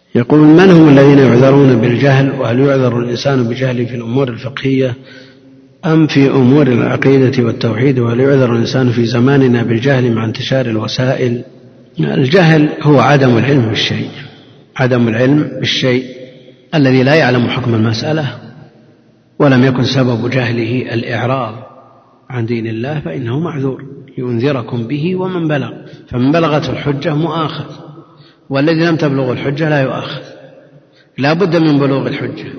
يقول: من هم الذين يعذرون بالجهل؟ وهل يعذر الإنسان بجهله في الأمور الفقهية أم في أمور العقيدة والتوحيد؟ وهل يعذر الإنسان في زماننا بالجهل مع انتشار الوسائل؟ الجهل هو عدم العلم بالشيء، عدم العلم بالشيء الذي لا يعلم حكم المسألة ولم يكن سبب جهله الإعراض عن دين الله فإنه معذور، ينذركم به ومن بلغ، فمن بلغت الحجة مؤاخذ، والذي لم تبلغ الحجة لا يؤاخذ، لا بد من بلوغ الحجة.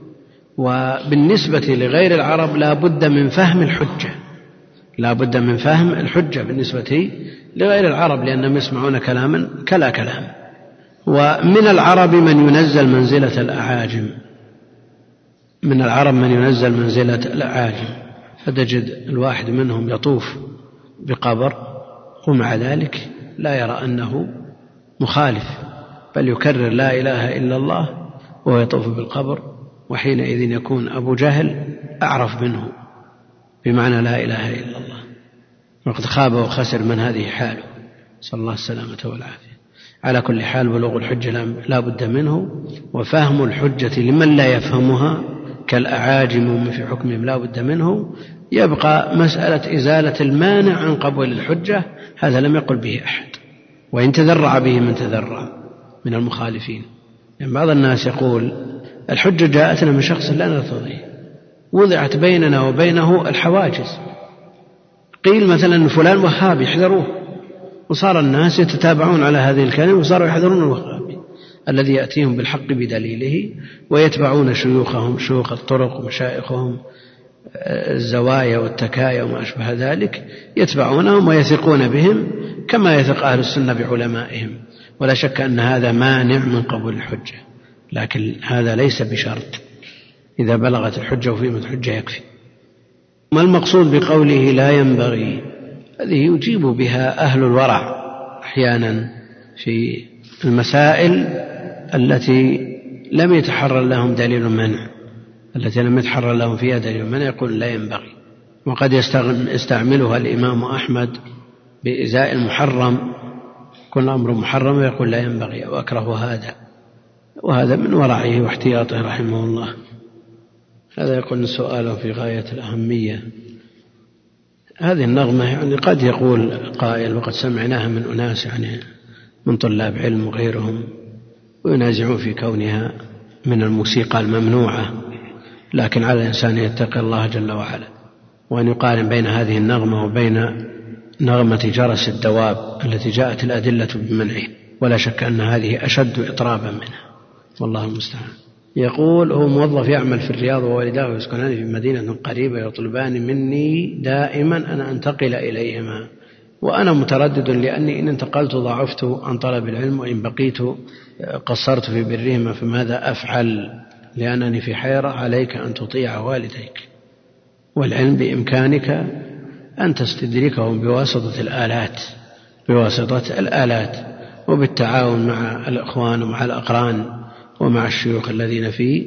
وبالنسبة لغير العرب لا بد من فهم الحجة، لا بد من فهم الحجة بالنسبة لغير العرب، لأنهم يسمعون كلاما كلا كلام. ومن العرب من ينزل منزلة الأعاجم، من العرب من ينزل منزلة الأعاجم، فتجد الواحد منهم يطوف بقبر ومع ذلك لا يرى أنه مخالف، بل يكرر لا إله إلا الله وهو يطوف بالقبر، وحينئذ يكون أبو جهل أعرف منه بمعنى لا إله إلا الله، وقد خاب وخسر من هذه حاله، صلى الله السلامة والعافية. على كل حال بلوغ الحجة لا بد منه، وفهم الحجة لمن لا يفهمها كالأعاجم في حكمهم لا بد منه. يبقى مسألة إزالة المانع عن قبول الحجة، هذا لم يقل به أحد، وإن تذرع به من تذرع من المخالفين. يعني بعض الناس يقول: الحجة جاءتنا من شخص لا نرتضيه، وضعت بيننا وبينه الحواجز، قيل مثلا فلان وهابي احذروه، وصار الناس يتتابعون على هذه الكلمة وصاروا يحذرون الوهابي الذي يأتيهم بالحق بدليله، ويتبعون شيوخهم، شيوخ الطرق ومشايخهم الزوايا والتكايا وما أشبه ذلك، يتبعونهم ويثقون بهم كما يثق أهل السنة بعلمائهم. ولا شك أن هذا مانع من قبول الحجة، لكن هذا ليس بشرط، إذا بلغت الحجة وفيمة الحجة يكفي. ما المقصود بقوله لا ينبغي؟ هذه يجيب بها أهل الورع أحيانا في المسائل التي لم يتحرر لهم دليل منع، التي لم يتحرر لهم فيها دليل منع يقول لا ينبغي. وقد يستعملها الإمام أحمد بإزاء المحرم، كل أمر محرم ويقول لا ينبغي أو أكره هذا، وهذا من ورعه واحتياطه رحمه الله. هذا يكون سؤاله في غاية الأهمية. هذه النغمة يعني قد يقول قائل، وقد سمعناها من أناس يعني من طلاب علم وغيرهم، وينازعون في كونها من الموسيقى الممنوعة، لكن على الإنسان يتقي الله جل وعلا، وأن يقارن بين هذه النغمة وبين نغمة جرس الدواب التي جاءت الأدلة بمنعه، ولا شك أن هذه أشد إطرابا منها، والله المستعان. يقول: هو موظف يعمل في الرياض ووالداه يسكنان في مدينة قريبة، يطلبان مني دائما أن أنتقل إليهما، وأنا متردد لأني إن انتقلت ضعفت عن طلب العلم، وإن بقيت قصرت في برهما، فماذا أفعل؟ لأنني في حيرة. عليك أن تطيع والديك، والعلم بإمكانك أن تستدركهم بواسطة الآلات وبالتعاون مع الإخوان ومع الأقران ومع الشيوخ الذين في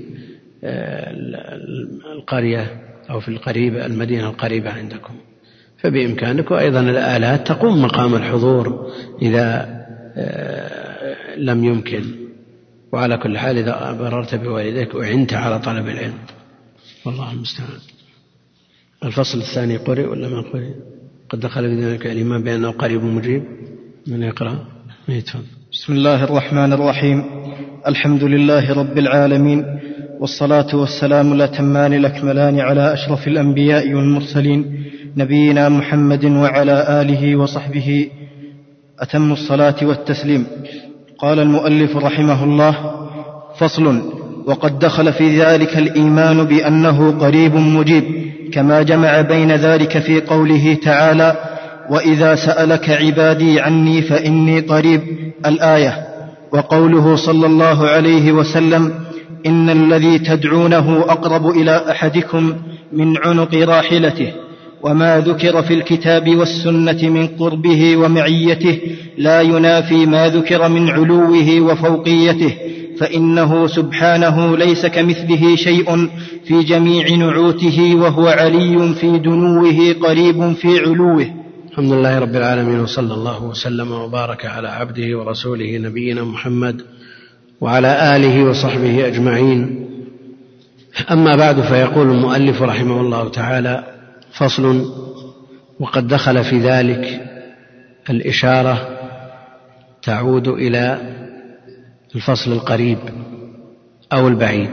القرية أو في القريبة المدينة القريبة عندكم، فبإمكانك. وأيضا الآلات تقوم مقام الحضور إذا لم يمكن. وعلى كل حال إذا بررت بوالديك أعنت على طلب العلم، والله المستعان. الفصل الثاني قرئ ولا ما قرئ؟ قد دخل في ذلك الإمام بأنه قريب مجيب. من يقرأ؟ يتفضل. بسم الله الرحمن الرحيم. الحمد لله رب العالمين، والصلاة والسلام الأتمان الأكملان على أشرف الأنبياء والمرسلين، نبينا محمد وعلى آله وصحبه أتم الصلاة والتسليم. قال المؤلف رحمه الله: فصل. وقد دخل في ذلك الإيمان بأنه قريب مجيب، كما جمع بين ذلك في قوله تعالى: وإذا سألك عبادي عني فإني قريب، الآية، وقوله صلى الله عليه وسلم: إن الذي تدعونه أقرب إلى أحدكم من عنق راحلته. وما ذكر في الكتاب والسنة من قربه ومعيته لا ينافي ما ذكر من علوه وفوقيته، فإنه سبحانه ليس كمثله شيء في جميع نعوته، وهو علي في دنوه قريب في علوه. الحمد لله رب العالمين، وصلى الله وسلم وبارك على عبده ورسوله نبينا محمد وعلى آله وصحبه أجمعين. أما بعد، فيقول المؤلف رحمه الله تعالى: فصل. وقد دخل في ذلك الإشارة تعود إلى الفصل القريب أو البعيد.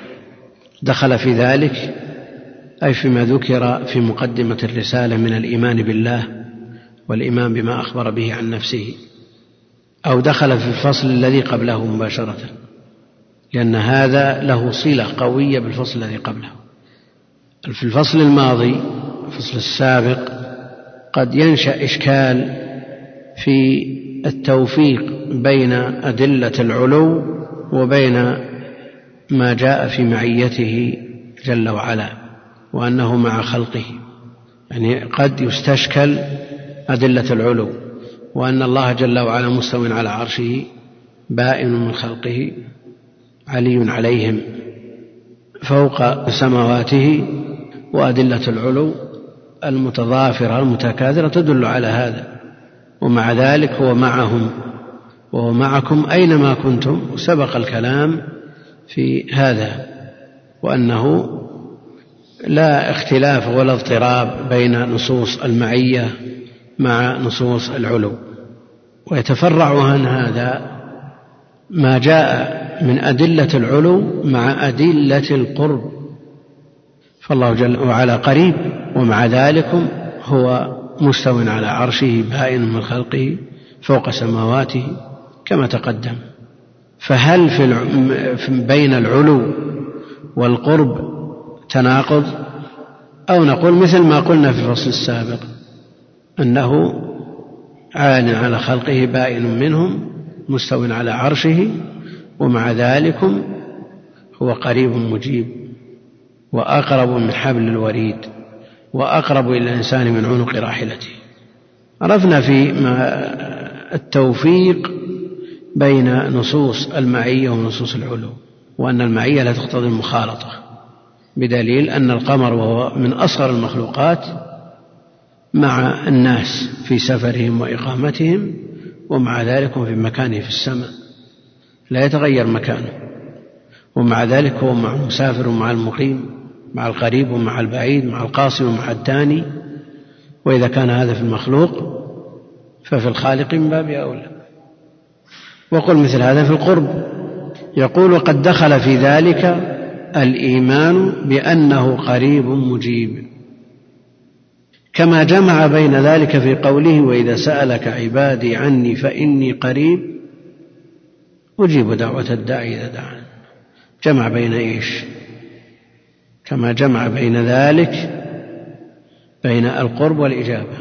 دخل في ذلك أي فيما ذكر في مقدمة الرسالة من الإيمان بالله والإيمان بما أخبر به عن نفسه، أو دخل في الفصل الذي قبله مباشرة، لأن هذا له صلة قوية بالفصل الذي قبله. في الفصل الماضي، الفصل السابق، قد ينشأ إشكال في التوفيق بين أدلة العلو وبين ما جاء في معيته جل وعلا وأنه مع خلقه. يعني قد يستشكل أدلة العلو وأن الله جل وعلا مستو على عرشه بائن من خلقه علي عليهم فوق سماواته، وأدلة العلو المتضافرة المتكاثرة تدل على هذا. ومع ذلك هو معهم وهو معكم أينما كنتم. سبق الكلام في هذا، وأنه لا اختلاف ولا اضطراب بين نصوص المعية مع نصوص العلو. ويتفرع عن هذا ما جاء من أدلة العلو مع أدلة القرب، فالله جل وعلا قريب، ومع ذلك هو مستو على عرشه بائن من خلقه فوق سماواته كما تقدم. فهل بين العلو والقرب تناقض؟ أو نقول مثل ما قلنا في الفصل السابق، أنه عال على خلقه بائن منهم مستو على عرشه، ومع ذلك هو قريب مجيب وأقرب من حبل الوريد وأقرب إلى الإنسان من عنق راحلته. عرفنا في التوفيق بين نصوص المعية ونصوص العلو، وأن المعية لا تقتضي المخالطة، بدليل أن القمر وهو من أصغر المخلوقات مع الناس في سفرهم وإقامتهم، ومع ذلك في مكانه في السماء لا يتغير مكانه، ومع ذلك هو مع المسافر ومع المقيم، مع القريب ومع البعيد، مع القاصي ومع الداني. وإذا كان هذا في المخلوق ففي الخالق من باب أولى. وقل مثل هذا في القرب. يقول: وقد دخل في ذلك الإيمان بأنه قريب مجيب، كما جمع بين ذلك في قوله: وإذا سألك عبادي عني فإني قريب أجيب دعوة الداعي إذا دعان. جمع بين إيش؟ كما جمع بين ذلك بين القرب والإجابة،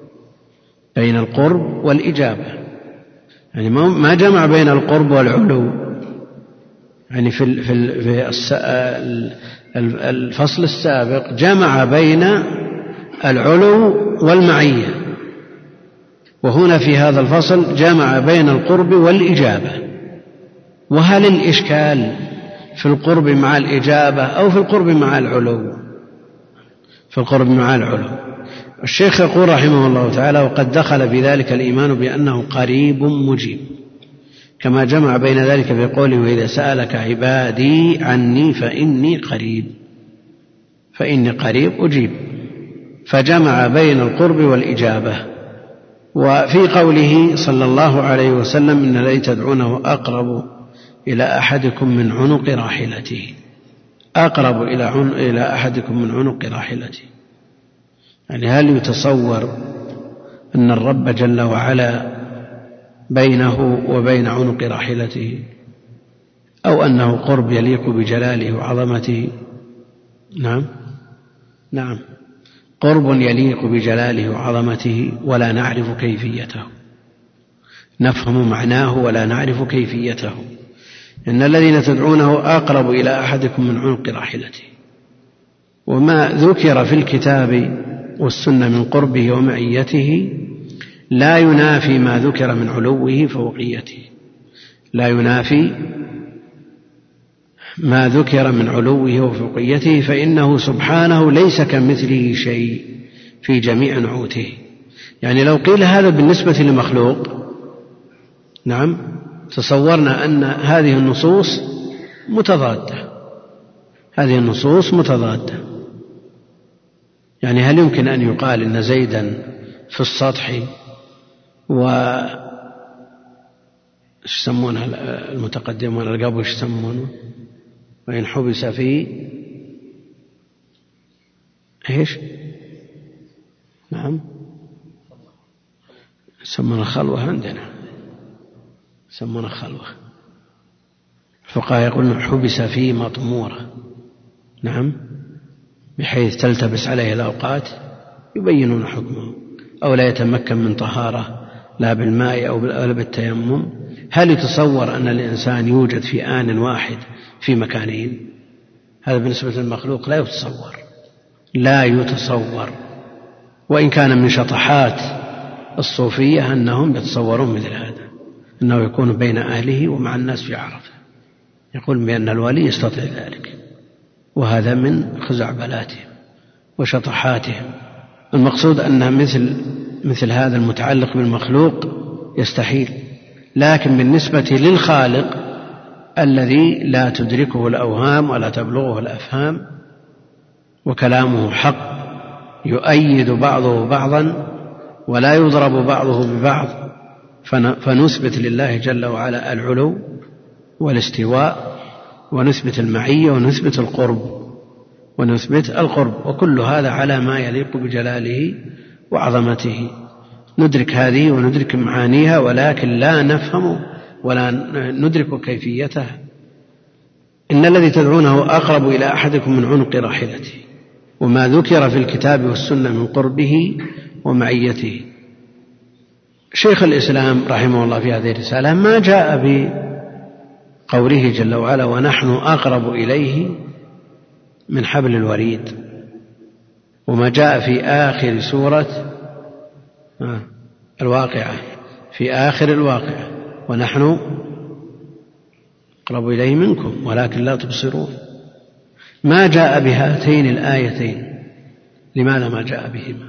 بين القرب والإجابة. يعني ما جمع بين القرب والعلو. يعني في الفصل السابق جمع بين العلو والمعية، وهنا في هذا الفصل جمع بين القرب والإجابة. وهل الإشكال في القرب مع الإجابة أو في القرب مع العلو؟ في القرب مع العلو. الشيخ يقول رحمه الله تعالى: وقد دخل في ذلك الإيمان بأنه قريب مجيب، كما جمع بين ذلك في قوله: وإذا سألك عبادي عني فإني قريب، فإني قريب أجيب. فجمع بين القرب والإجابة. وفي قوله صلى الله عليه وسلم: إن الذي تدعونه أقرب إلى أحدكم من عنق راحلته، أقرب إلى أحدكم من عنق راحلته. يعني هل يتصور أن الرب جل وعلا بينه وبين عنق راحلته، أو أنه قرب يليق بجلاله وعظمته؟ نعم، قرب يليق بجلاله وعظمته ولا نعرف كيفيته، نفهم معناه ولا نعرف كيفيته. إن الذين تدعونه أقرب إلى أحدكم من عنق راحلته. وما ذكر في الكتاب والسنة من قربه ومعيته لا ينافي ما ذكر من علوه فوقيته، لا ينافي ما ذكر من علوه وفوقيته، فإنه سبحانه ليس كمثله شيء في جميع نعوته. يعني لو قيل هذا بالنسبة لمخلوق، نعم، تصورنا أن هذه النصوص متضادة، يعني هل يمكن أن يقال إن زيدا في السطح يسمونها المتقدمون القبل يسمونه وإن حبس فيه إيش؟ نعم يسمونها خلوة، عندنا يسمونها خلوة. الفقهاء يقولون حبس فيه مطمورة، نعم، بحيث تلتبس عليه الأوقات، يبينون حكمه، أو لا يتمكن من طهارة لا بالماء أو بالتيمم. هل يتصور أن الإنسان يوجد في آن واحد في مكانين؟ هذا بالنسبة للمخلوق لا يتصور، وإن كان من شطحات الصوفية أنهم يتصورون مثل هذا، أنه يكون بين أهله ومع الناس في عرفة، يقول بأن الولي يستطيع ذلك، وهذا من خزعبلاتهم وشطحاتهم. المقصود أن مثل هذا المتعلق بالمخلوق يستحيل، لكن بالنسبة للخالق الذي لا تدركه الأوهام ولا تبلغه الأفهام وكلامه حق يؤيد بعضه بعضا ولا يضرب بعضه ببعض، فنثبت لله جل وعلا العلو والاستواء، ونثبت المعية، ونثبت القرب، وكل هذا على ما يليق بجلاله وعظمته. ندرك هذه وندرك معانيها، ولكن لا نفهم ولا ندرك كيفيتها. إن الذي تدعونه أقرب إلى أحدكم من عنق راحلته، وما ذكر في الكتاب والسنة من قربه ومعيته. شيخ الإسلام رحمه الله في هذه الرسالة ما جاء بقوله جل وعلا ونحن أقرب إليه من حبل الوريد، وما جاء في آخر سورة الواقعة، في آخر الواقعة ونحن أقرب إليه منكم ولكن لا تبصرون. ما جاء بهاتين الآيتين، لماذا ما جاء بهما؟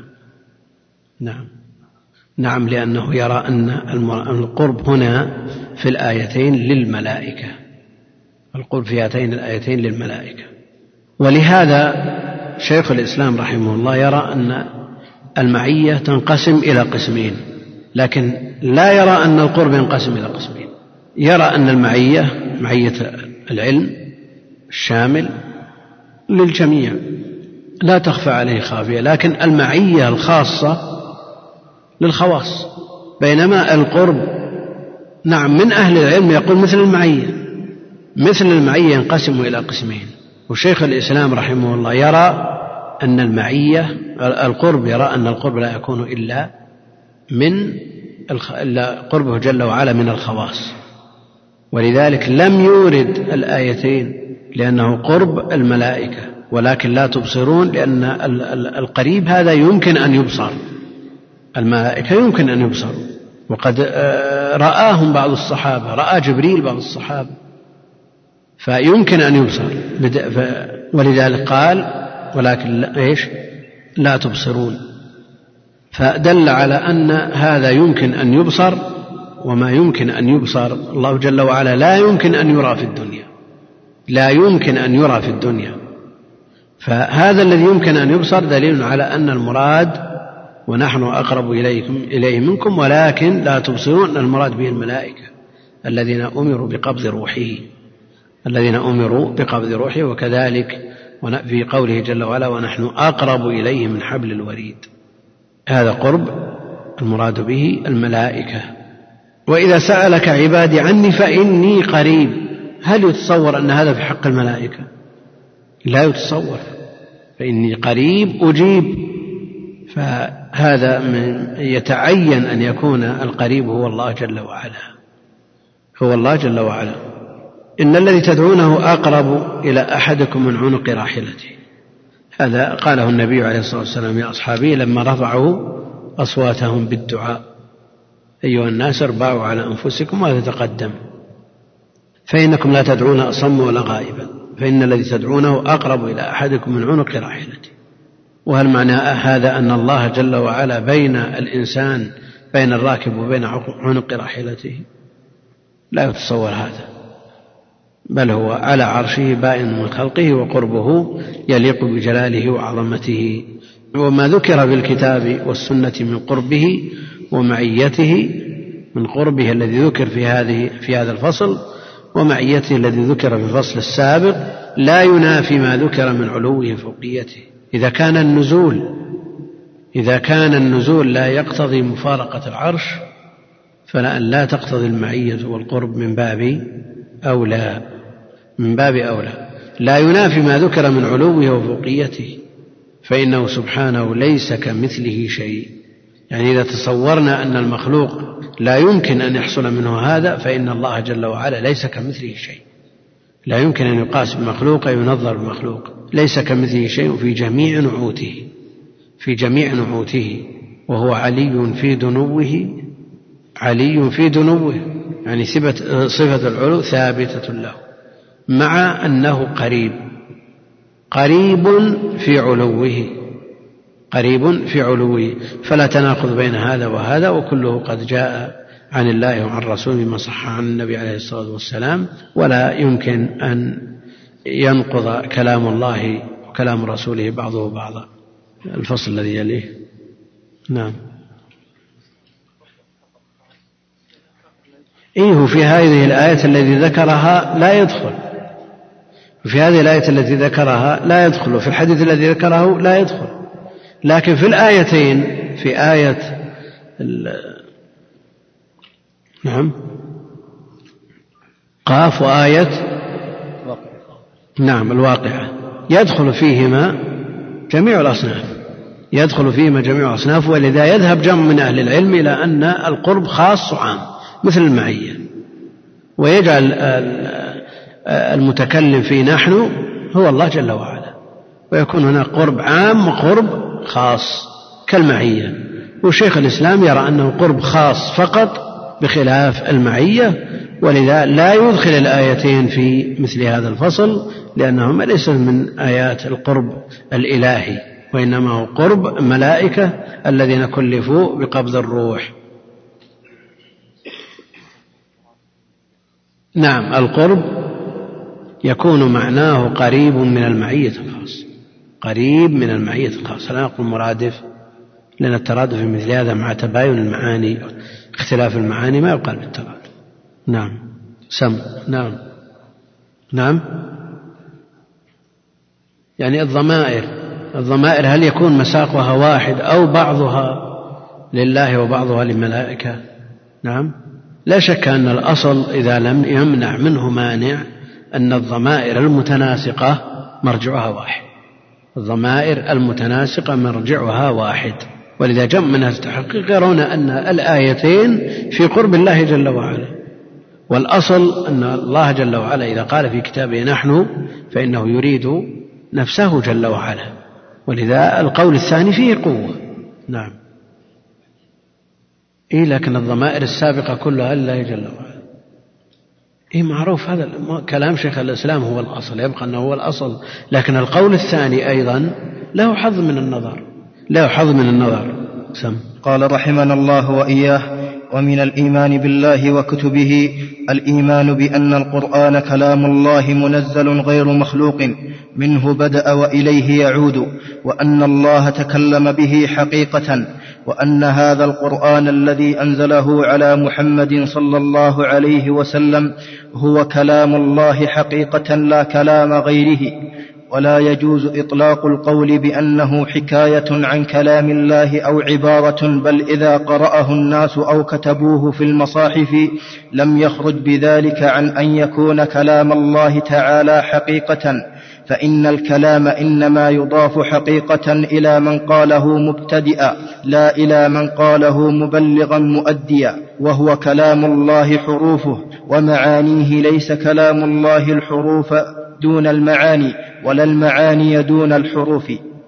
نعم لأنه يرى أن القرب هنا في الآيتين للملائكة، القرب في هاتين الآيتين للملائكة. ولهذا شيخ الإسلام رحمه الله يرى أن المعية تنقسم إلى قسمين، لكن لا يرى أن القرب ينقسم إلى قسمين. يرى أن المعية معية العلم الشامل للجميع لا تخفى عليه خافية، لكن المعية الخاصة للخواص، بينما القرب نعم من أهل العلم يقول مثل المعية ينقسم إلى قسمين. وشيخ الإسلام رحمه الله يرى أن القرب لا يكون إلا من قربه جل وعلا من الخواص، ولذلك لم يورد الآيتين لأنه قرب الملائكة، ولكن لا تبصرون لأن القريب هذا يمكن أن يبصر، الملائكة يمكن أن يبصروا، وقد رآهم بعض الصحابة، رأى جبريل بعض الصحابة، فيمكن أن يبصر، ولذلك قال ولكن لا تبصرون، فدل على أن هذا يمكن أن يبصر، وما يمكن أن يبصر الله جل وعلا لا يمكن أن يرى في الدنيا، فهذا الذي يمكن أن يبصر دليل على أن المراد ونحن أقرب إليه منكم ولكن لا تبصرون، المراد به الملائكة الذين أمروا بقبض روحه، وكذلك في قوله جل وعلا ونحن أقرب إليه من حبل الوريد، هذا قرب المراد به الملائكة. وإذا سألك عبادي عني فإني قريب، هل يتصور أن هذا في حق الملائكة؟ لا يتصور، فإني قريب أجيب، فهذا يتعين أن يكون القريب هو الله جل وعلا. إن الذي تدعونه أقرب إلى أحدكم من عنق راحلته، هذا قاله النبي عليه الصلاة والسلام لأصحابه لما رفعوا أصواتهم بالدعاء: أيها الناس اربعوا على أنفسكم ولا تتقدم فإنكم لا تدعون أصم ولا غائبا، فإن الذي تدعونه أقرب إلى أحدكم من عنق راحلته. وهل معنى هذا أن الله جل وعلا بين الإنسان بين الراكب وبين عنق راحلته؟ لا يتصور هذا، بل هو على عرشه بائن من خلقه، وقربه يليق بجلاله وعظمته. وما ذكر في الكتاب والسنة من قربه ومعيته، من قربه الذي ذكر في هذا الفصل ومعيته الذي ذكر في الفصل السابق، لا ينافي ما ذكر من علوه وفوقيته. إذا كان النزول لا يقتضي مفارقة العرش، فلأن لا تقتضي المعية والقرب من باب أولى. لا ينافي ما ذكر من علوه وفوقيته، فإنه سبحانه ليس كمثله شيء. يعني إذا تصورنا أن المخلوق لا يمكن أن يحصل منه هذا، فإن الله جل وعلا ليس كمثله شيء. لا يمكن أن يقاس بمخلوق أو ينظر بمخلوق. ليس كمثله شيء في جميع نعوته، وهو علي في دنوه، يعني صفة العلو ثابتة له، مع أنه قريب في علوه، فلا تناقض بين هذا وهذا، وكله قد جاء عن الله وعن رسوله ما صح عن النبي عليه الصلاة والسلام، ولا يمكن أن ينقض كلام الله وكلام رسوله بعضه بعضا. الفصل الذي يليه. نعم. في هذه الآية التي ذكرها لا يدخل، وفي الحديث الذي ذكره لا يدخل، لكن في الآيتين، في آية قاف وآية الواقعة يدخل فيهما جميع الأصناف، ولذا يذهب جمع من أهل العلم إلى أن القرب خاص عام مثل المعية، ويجعل المتكلم في نحن هو الله جل وعلا، ويكون هناك قرب عام وقرب خاص كالمعية. وشيخ الإسلام يرى أنه قرب خاص فقط بخلاف المعية، ولذا لا يدخل الآيتين في مثل هذا الفصل، لأنهما ليس من آيات القرب الإلهي، وإنما هو قرب ملائكة الذين كلفوا بقبض الروح. نعم، القرب يكون معناه قريب من المعية الخاص، لا نقول مرادف، لأن الترادف في مثل هذا مع تباين المعاني اختلاف المعاني ما يقال بالترادف. نعم. يعني الضمائر هل يكون مساقها واحد أو بعضها لله وبعضها للملائكة؟ نعم، لا شك أن الأصل إذا لم يمنع منه مانع أن الضمائر المتناسقة مرجعها واحد، ولذا جمع من التحقيق يرون أن الآيتين في قرب الله جل وعلا، والأصل أن الله جل وعلا إذا قال في كتابه نحن فإنه يريد نفسه جل وعلا، ولذا القول الثاني فيه قوة. نعم. لكن الضمائر السابقة كلها لله جل وعلا. معروف هذا كلام شيخ الإسلام هو الأصل، يبقى أنه هو الأصل، لكن القول الثاني أيضا له حظ من النظر. قال رحمنا الله وإياه: ومن الإيمان بالله وكتبه الإيمان بأن القرآن كلام الله منزل غير مخلوق، منه بدأ وإليه يعود، وأن الله تكلم به حقيقة، وأن هذا القرآن الذي أنزله على محمد صلى الله عليه وسلم هو كلام الله حقيقة لا كلام غيره. ولا يجوز إطلاق القول بأنه حكاية عن كلام الله أو عبارة، بل إذا قرأه الناس أو كتبوه في المصاحف لم يخرج بذلك عن أن يكون كلام الله تعالى حقيقة، فإن الكلام إنما يضاف حقيقة إلى من قاله مبتدئا، لا إلى من قاله مبلغا مؤديا، وهو كلام الله حروفه ومعانيه، ليس كلام الله الحروف دون المعاني، ولا المعاني دون الحروف.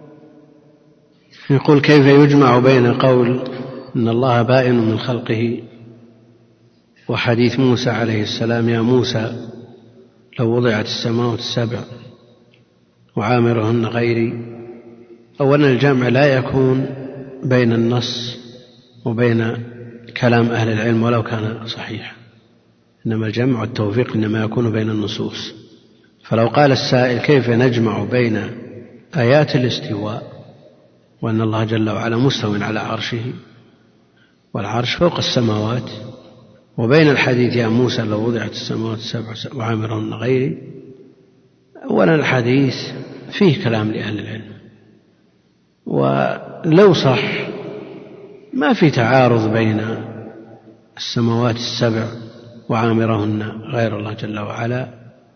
يقول: كيف يجمع بين قول إن الله بائن من خلقه وحديث موسى عليه السلام: يا موسى لو وضعت السماوات السبع وعامرهن غيري؟ أولا الجمع لا يكون بين النص وبين كلام أهل العلم ولو كان صحيحا، إنما الجمع والتوفيق إنما يكون بين النصوص. فلو قال السائل كيف نجمع بين آيات الاستواء وأن الله جل وعلا مستو على عرشه والعرش فوق السماوات، وبين الحديث يا موسى لو وضعت السماوات السبع وعامرهن غيري، أولا الحديث فيه كلام لأهل العلم، ولو صح ما في تعارض بين السماوات السبع وعامرهن غير الله جل وعلا،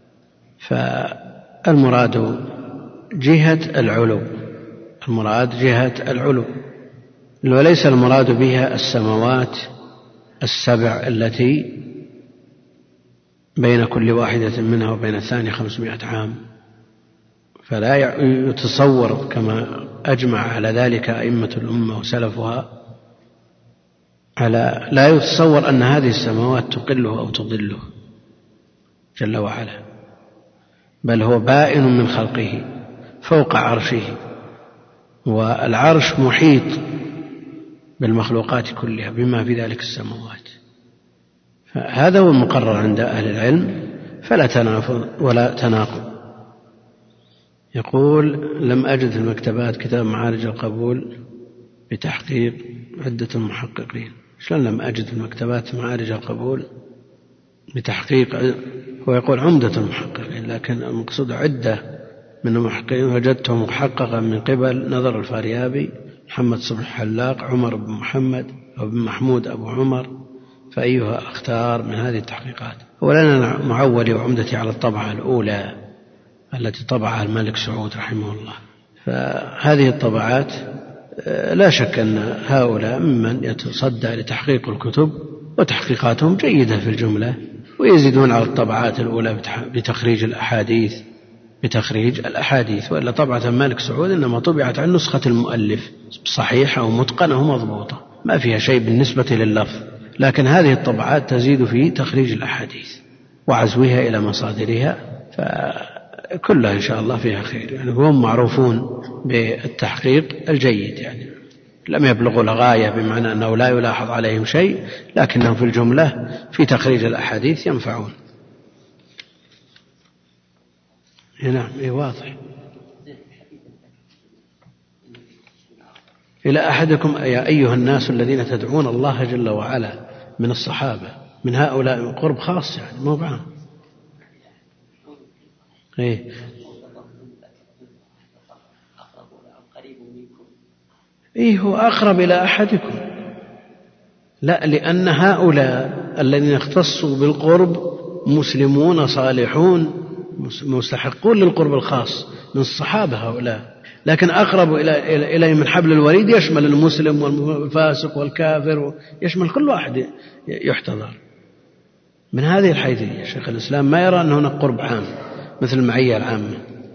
فالمراد جهة العلو، المراد جهة العلو، وليس المراد بها السماوات السبع التي بين كل واحدة منها وبين الثانية 500 عام. فلا يتصور كما أجمع على ذلك أئمة الأمة وسلفها، لا يتصور أن هذه السماوات تقله أو تضله جل وعلا، بل هو بائن من خلقه فوق عرشه، والعرش محيط بالمخلوقات كلها بما في ذلك السماوات. فهذا هو المقرر عند أهل العلم، فلا تنافض ولا تناقض. يقول لم أجد في المكتبات كتاب معارج القبول بتحقيق عدة المحققين. شلون لم أجد في المكتبات معارج القبول بتحقيق؟ هو يقول عمدة المحققين، لكن المقصود عدة من المحققين وجدته محققا من قبل نظر الفاريابي، محمد صبح حلاق، عمر بن محمد أو بن محمود أبو عمر، فأيها أختار من هذه التحقيقات؟ ولنا معولي وعمدتي على الطبعة الأولى التي طبعها الملك سعود رحمه الله. فهذه الطبعات لا شك أن هؤلاء ممن يتصدى لتحقيق الكتب، وتحقيقاتهم جيدة في الجملة، ويزيدون على الطبعات الأولى بتخريج الأحاديث. وإلا طبعة الملك سعود إنما طبعت عن نسخة المؤلف صحيحة ومتقنة ومضبوطة، ما فيها شيء بالنسبة لللفظ، لكن هذه الطبعات تزيد في تخريج الأحاديث وعزوها إلى مصادرها، فكلها إن شاء الله فيها خير. يعني هم معروفون بالتحقيق الجيد، يعني لم يبلغوا الغاية بمعنى أنه لا يلاحظ عليهم شيء، لكنهم في الجملة في تخريج الأحاديث ينفعون. نعم واضح. إلى أحدكم يا أيها الناس الذين تدعون الله جل وعلا من الصحابة، من هؤلاء قرب خاص، يعني مو بعام. هو أقرب إلى أحدكم، لا، لأن هؤلاء الذين اختصوا بالقرب مسلمون صالحون مستحقون للقرب الخاص من الصحابة هؤلاء، لكن أقرب إليه من حبل الوريد يشمل المسلم والفاسق والكافر، يشمل كل واحد يحتضر. من هذه الحيثية شيخ الإسلام ما يرى أن هناك قرب عام مثل المعية العامة.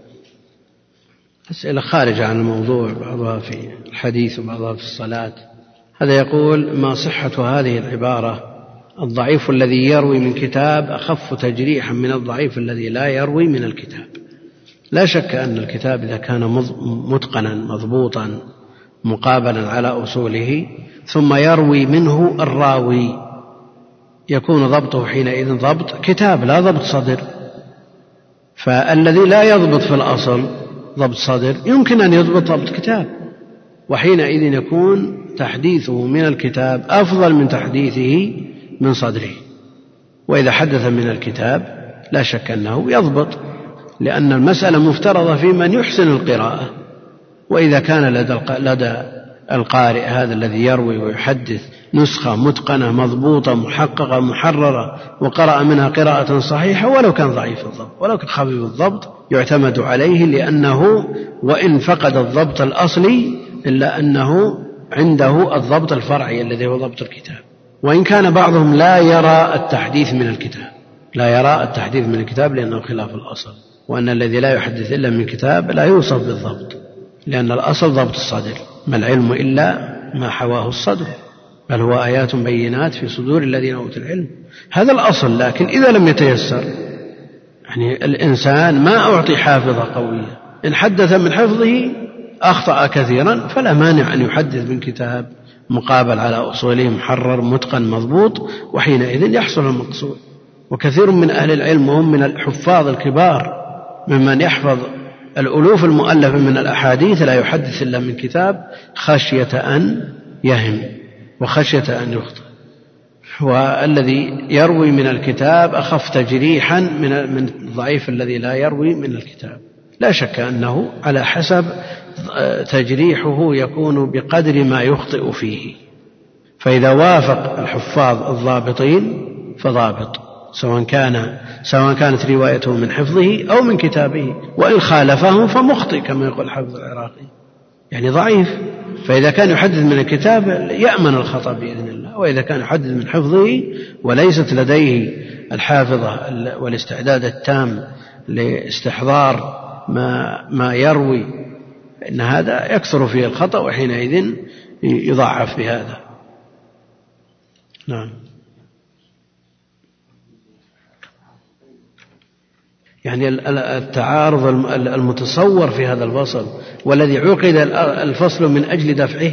أسئلة خارجة عن الموضوع، بعضها في الحديث وبعضها في الصلاة. هذا يقول ما صحة هذه العبارة الضعيف الذي يروي من كتاب أخف تجريحا من الضعيف الذي لا يروي من الكتاب؟ لا شك أن الكتاب إذا كان متقنا مضبوطا مقابلا على أصوله ثم يروي منه الراوي يكون ضبطه حينئذ ضبط كتاب لا ضبط صدر. فالذي لا يضبط في الأصل ضبط صدر يمكن أن يضبط ضبط كتاب، وحينئذ يكون تحديثه من الكتاب أفضل من تحديثه من صدره. وإذا حدث من الكتاب لا شك أنه يضبط، لأن المسألة مفترضة في من يحسن القراءة. وإذا كان لدى القارئ هذا الذي يروي ويحدث نسخة متقنة مضبوطة محققة محررة وقرأ منها قراءة صحيحة ولو كان ضعيف الضبط ولو كان خفيف الضبط يعتمد عليه، لأنه وإن فقد الضبط الأصلي إلا أنه عنده الضبط الفرعي الذي هو ضبط الكتاب. وإن كان بعضهم لا يرى التحديث من الكتاب، لا يرى التحديث من الكتاب لأنه خلاف الأصل، وأن الذي لا يحدث إلا من كتاب لا يوصف بالضبط، لأن الأصل ضبط الصدر، ما العلم إلا ما حواه الصدر، بل هو آيات بينات في صدور الذين أوتوا العلم. هذا الأصل. لكن إذا لم يتيسر، يعني الإنسان ما أعطي حافظة قوية، إن حدث من حفظه أخطأ كثيرا، فلا مانع أن يحدث من كتاب مقابل على أصوله محرر متقن مضبوط، وحينئذ يحصل المقصود. وكثير من أهل العلم وهم من الحفاظ الكبار ممن يحفظ الألوف المؤلفة من الأحاديث لا يحدث إلا من كتاب خشية أن يهم وخشية أن يخطئ. والذي يروي من الكتاب أخف تجريحا من الضعيف الذي لا يروي من الكتاب. لا شك أنه على حسب تجريحه يكون بقدر ما يخطئ فيه، فإذا وافق الحفاظ الضابطين فضابط، سواء كانت روايته من حفظه أو من كتابه، وإن خالفه فمخطئ كما يقول الحافظ العراقي، يعني ضعيف. فإذا كان يحدث من الكتاب يأمن الخطأ بإذن الله، وإذا كان يحدث من حفظه وليست لديه الحافظة والاستعداد التام لاستحضار ما يروي، إن هذا يكثر فيه الخطأ وحينئذ يضعف بهذا. نعم. يعني التعارض المتصور في هذا الفصل والذي عقد الفصل من أجل دفعه.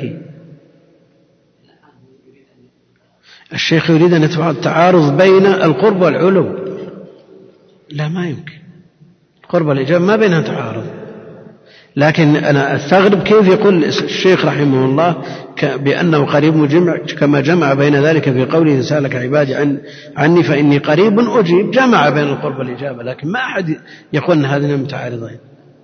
الشيخ يريد أن يدفع التعارض بين القرب والعلو. لا، ما يمكن. القرب والإجابة ما بينها تعارض. لكن أنا أستغرب كيف يقول الشيخ رحمه الله بأنه قريب مجمع، كما جمع بين ذلك في قوله سألك عبادي عني فإني قريب أجيب، جمع بين القرب والإجابة، لكن ما أحد يقول أن هذين متعارضين.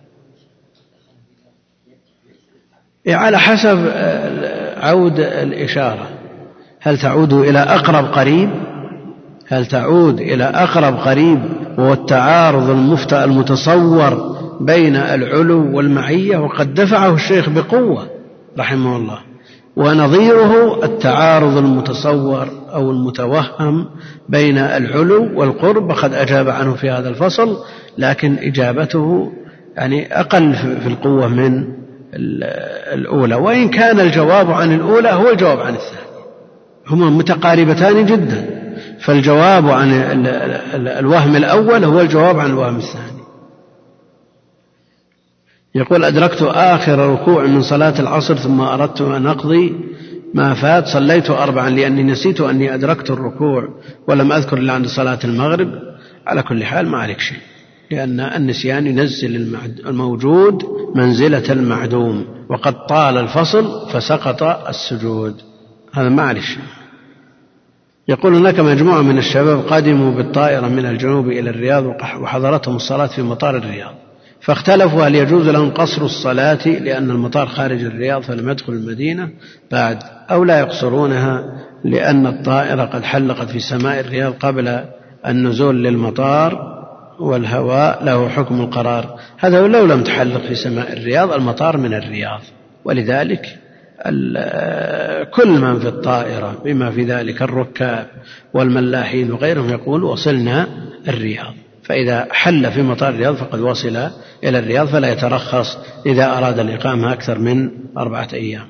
على حسب عود الإشارة، هل تعود إلى أقرب قريب وهو التعارض المتصور بين العلو والمعية، وقد دفعه الشيخ بقوة رحمه الله، ونظيره التعارض المتصور أو المتوهم بين العلو والقرب، وقد أجاب عنه في هذا الفصل، لكن إجابته يعني أقل في القوة من الأولى، وإن كان الجواب عن الأولى هو الجواب عن الثاني، هما متقاربتان جدا، فالجواب عن الوهم الأول هو الجواب عن الوهم الثاني. يقول أدركت آخر ركوع من صلاة العصر ثم أردت أن أقضي ما فات، صليت 4 لأني نسيت أني أدركت الركوع ولم أذكر إلا عند صلاة المغرب. على كل حال ما عليك شيء، لأن النسيان ينزل الموجود منزلة المعدوم، وقد طال الفصل فسقط السجود، هذا ما عليك شيء. يقول هناك مجموعة من الشباب قدموا بالطائرة من الجنوب إلى الرياض وحضرتهم الصلاة في مطار الرياض، فاختلفوا هل يجوز لهم قصر الصلاة لأن المطار خارج الرياض فلم يدخل المدينة بعد، أو لا يقصرونها لأن الطائرة قد حلقت في سماء الرياض قبل النزول للمطار والهواء له حكم القرار. هذا لو لم تحلق في سماء الرياض، المطار من الرياض، ولذلك كل من في الطائرة بما في ذلك الركاب والملاحين وغيرهم يقول وصلنا الرياض، فإذا حل في مطار الرياض فقد وصل إلى الرياض، فلا يترخص إذا أراد الإقامة أكثر من 4 أيام.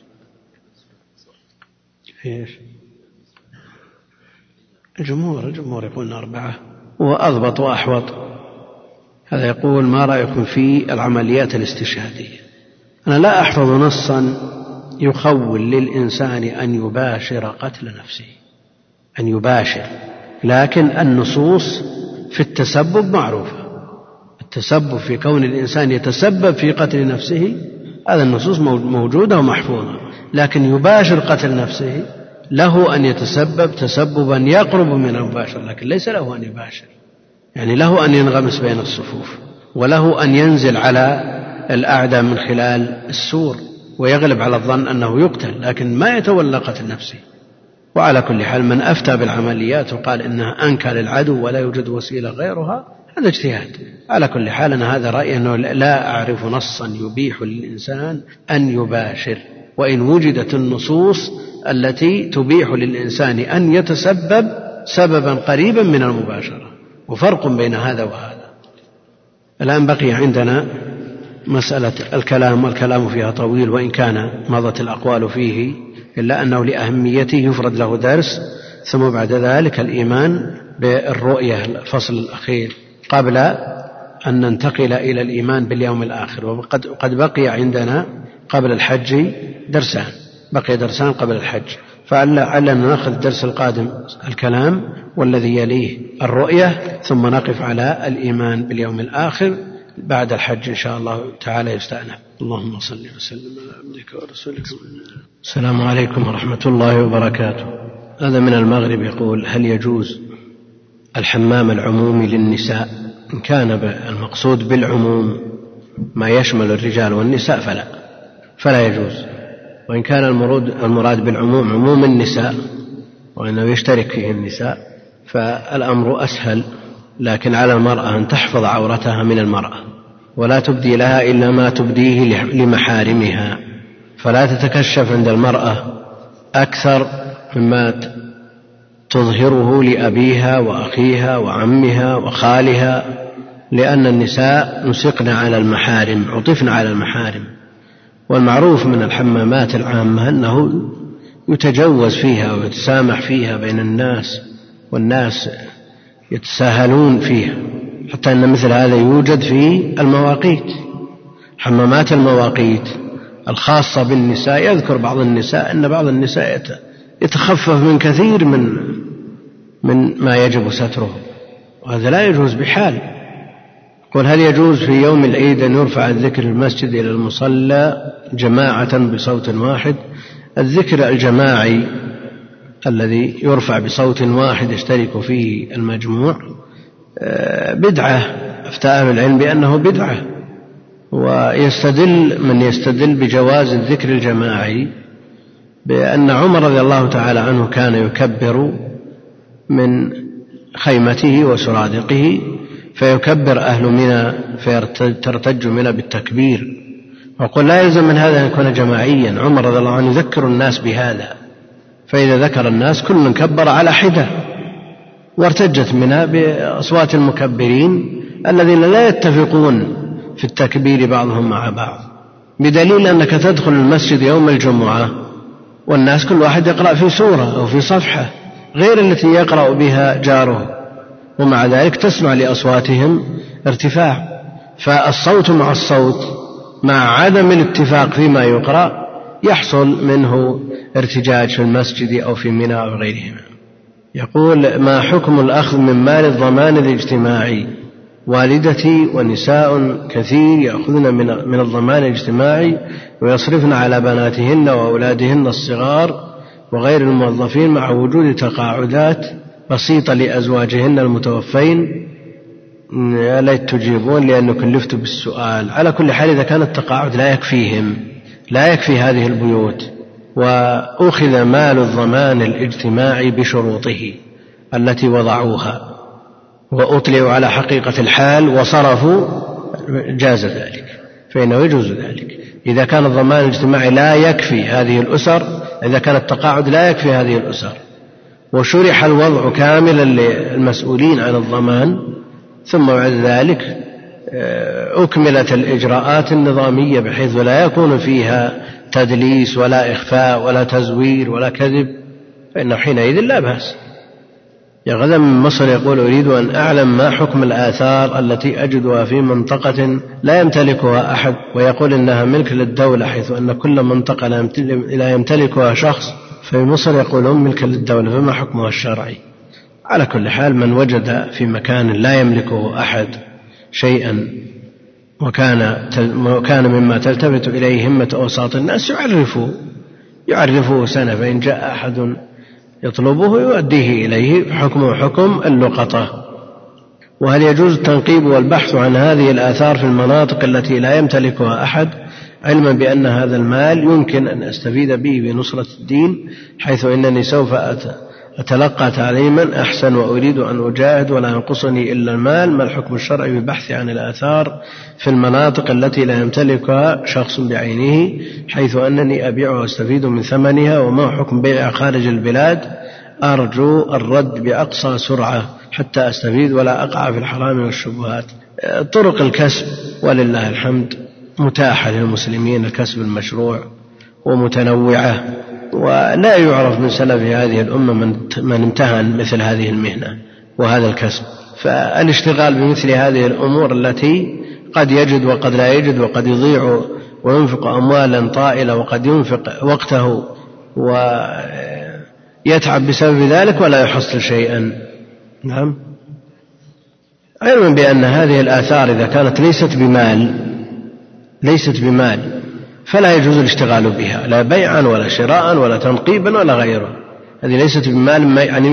الجمهور يقولون 4 وأضبط وأحوط. هذا يقول ما رأيكم في العمليات الاستشهادية؟ أنا لا أحفظ نصا يخول للإنسان أن يباشر قتل نفسه، أن يباشر، لكن النصوص في التسبب معروفة. التسبب في كون الإنسان يتسبب في قتل نفسه، هذا النصوص موجودة ومحفوظة، لكن يباشر قتل نفسه له أن يتسبب تسببا يقرب من المباشر، لكن ليس له أن يباشر، يعني له أن ينغمس بين الصفوف، وله أن ينزل على الأعداء من خلال السور ويغلب على الظن أنه يقتل، لكن ما يتولى قتل نفسه. وعلى كل حال من أفتى بالعمليات وقال إنها أنكى للعدو ولا يوجد وسيلة غيرها، هذا اجتهاد. على كل حال أنا هذا رأيي أنه لا أعرف نصا يبيح للإنسان أن يباشر، وإن وجدت النصوص التي تبيح للإنسان أن يتسبب سببا قريبا من المباشرة، وفرق بين هذا وهذا. الآن بقي عندنا مسألة الكلام، والكلام فيها طويل وإن كان مضت الأقوال فيه، إلا أنه لأهميته يفرد له درس، ثم بعد ذلك الإيمان بالرؤية الفصل الأخير قبل أن ننتقل إلى الإيمان باليوم الآخر. وقد بقي عندنا قبل الحج درسان، بقي درسان قبل الحج، فعلنا نأخذ الدرس القادم الكلام والذي يليه الرؤية، ثم نقف على الإيمان باليوم الآخر بعد الحج إن شاء الله تعالى يستأنف. اللهم صل وسلم على عبدك ورسولك. السلام عليكم ورحمة الله وبركاته. هذا من المغرب يقول: هل يجوز الحمام العمومي للنساء؟ إن كان المقصود بالعموم ما يشمل الرجال والنساء فلا يجوز، وإن كان المراد بالعموم عموم النساء وأنه يشترك فيه النساء فالأمر أسهل، لكن على المرأة أن تحفظ عورتها من المرأة ولا تبدي لها إلا ما تبديه لمحارمها، فلا تتكشف عند المرأة أكثر مما تظهره لأبيها وأخيها وعمها وخالها، لأن النساء نسقن على المحارم، عطفن على المحارم. والمعروف من الحمامات العامة أنه يتجوز فيها ويتسامح فيها بين الناس، والناس يتساهلون فيها، حتى أن مثل هذا يوجد في المواقيت، حمامات المواقيت الخاصة بالنساء. يذكر بعض النساء أن بعض النساء يتخفف من كثير من ما يجب ستره، وهذا لا يجوز بحال. قل: هل يجوز في يوم العيد أن يرفع الذكر المسجد إلى المصلى جماعة بصوت واحد؟ الذكر الجماعي الذي يرفع بصوت واحد يشترك فيه المجموع بدعة، أفتى أهل العلم بأنه بدعة. من يستدل بجواز الذكر الجماعي بأن عمر رضي الله تعالى عنه كان يكبر من خيمته وسرادقه، فيكبر أهل منى فترتج منى بالتكبير، وقل لا يلزم من هذا أن يكون جماعيا. عمر رضي الله عنه يذكر الناس بهذا، فإذا ذكر الناس كل كبر على حدة، وارتجت منى بأصوات المكبرين الذين لا يتفقون في التكبير بعضهم مع بعض، بدليل أنك تدخل المسجد يوم الجمعة والناس كل واحد يقرأ في سورة أو في صفحة غير التي يقرأ بها جاره، ومع ذلك تسمع لأصواتهم ارتفاع. فالصوت مع الصوت مع عدم الاتفاق فيما يقرأ يحصل منه ارتجاج في المسجد أو في منى أو غيرهما. يقول: ما حكم الأخذ من مال الضمان الاجتماعي؟ والدتي ونساء كثير يأخذن من الضمان الاجتماعي ويصرفن على بناتهن وأولادهن الصغار وغير الموظفين، مع وجود تقاعدات بسيطة لأزواجهن المتوفين. يا ليت تجيبون لأنه كلفت بالسؤال. على كل حال، إذا كان التقاعد لا يكفي هذه البيوت، وأخذ مال الضمان الاجتماعي بشروطه التي وضعوها وأطلعوا على حقيقة الحال وصرفوا، جاز ذلك، فإنه يجوز ذلك. إذا كان الضمان الاجتماعي لا يكفي هذه الأسر، إذا كان التقاعد لا يكفي هذه الأسر، وشرح الوضع كاملا للمسؤولين عن الضمان، ثم بعد ذلك أكملت الإجراءات النظامية بحيث لا يكون فيها تدليس ولا إخفاء ولا تزوير ولا كذب، فإنه حينئذ لا بأس. يا غدا من مصر يقول: أريد أن أعلم ما حكم الآثار التي أجدها في منطقة لا يمتلكها أحد، ويقول إنها ملك للدولة، حيث أن كل منطقة لا يمتلكها شخص، في مصر يقولون ملك للدولة، فما حكمها الشرعي؟ على كل حال، من وجد في مكان لا يملكه أحد شيئا وكان مما تلتفت إليه همة أوساط الناس يعرفه سنة، فإن جاء أحد يطلبه يؤديه إليه، حكمه حكم اللقطة. وهل يجوز التنقيب والبحث عن هذه الآثار في المناطق التي لا يمتلكها أحد، علما بأن هذا المال يمكن أن أستفيد به بنصرة الدين، حيث إنني سوف أتلقى تعليما أحسن وأريد أن أجاهد ولا ينقصني إلا المال؟ ما الحكم الشرعي بالبحث عن الآثار في المناطق التي لا يمتلكها شخص بعينه، حيث أنني أبيعها واستفيد من ثمنها؟ وما حكم بيعها خارج البلاد؟ أرجو الرد بأقصى سرعة حتى أستفيد ولا أقع في الحرام والشبهات. طرق الكسب ولله الحمد متاحة للمسلمين، الكسب المشروع ومتنوعة، ولا يعرف من سلف هذه الأمة من امتهن مثل هذه المهنة وهذا الكسب. فالاشتغال بمثل هذه الأمور التي قد يجد وقد لا يجد، وقد يضيع وينفق أموالا طائلة، وقد ينفق وقته يتعب بسبب ذلك ولا يحصل شيئا. نعم. علما بأن هذه الآثار إذا كانت ليست بمال فلا يجوز الاشتغال بها، لا بيعا ولا شراء ولا تنقيبا ولا غيره. هذه ليست بمال، يعني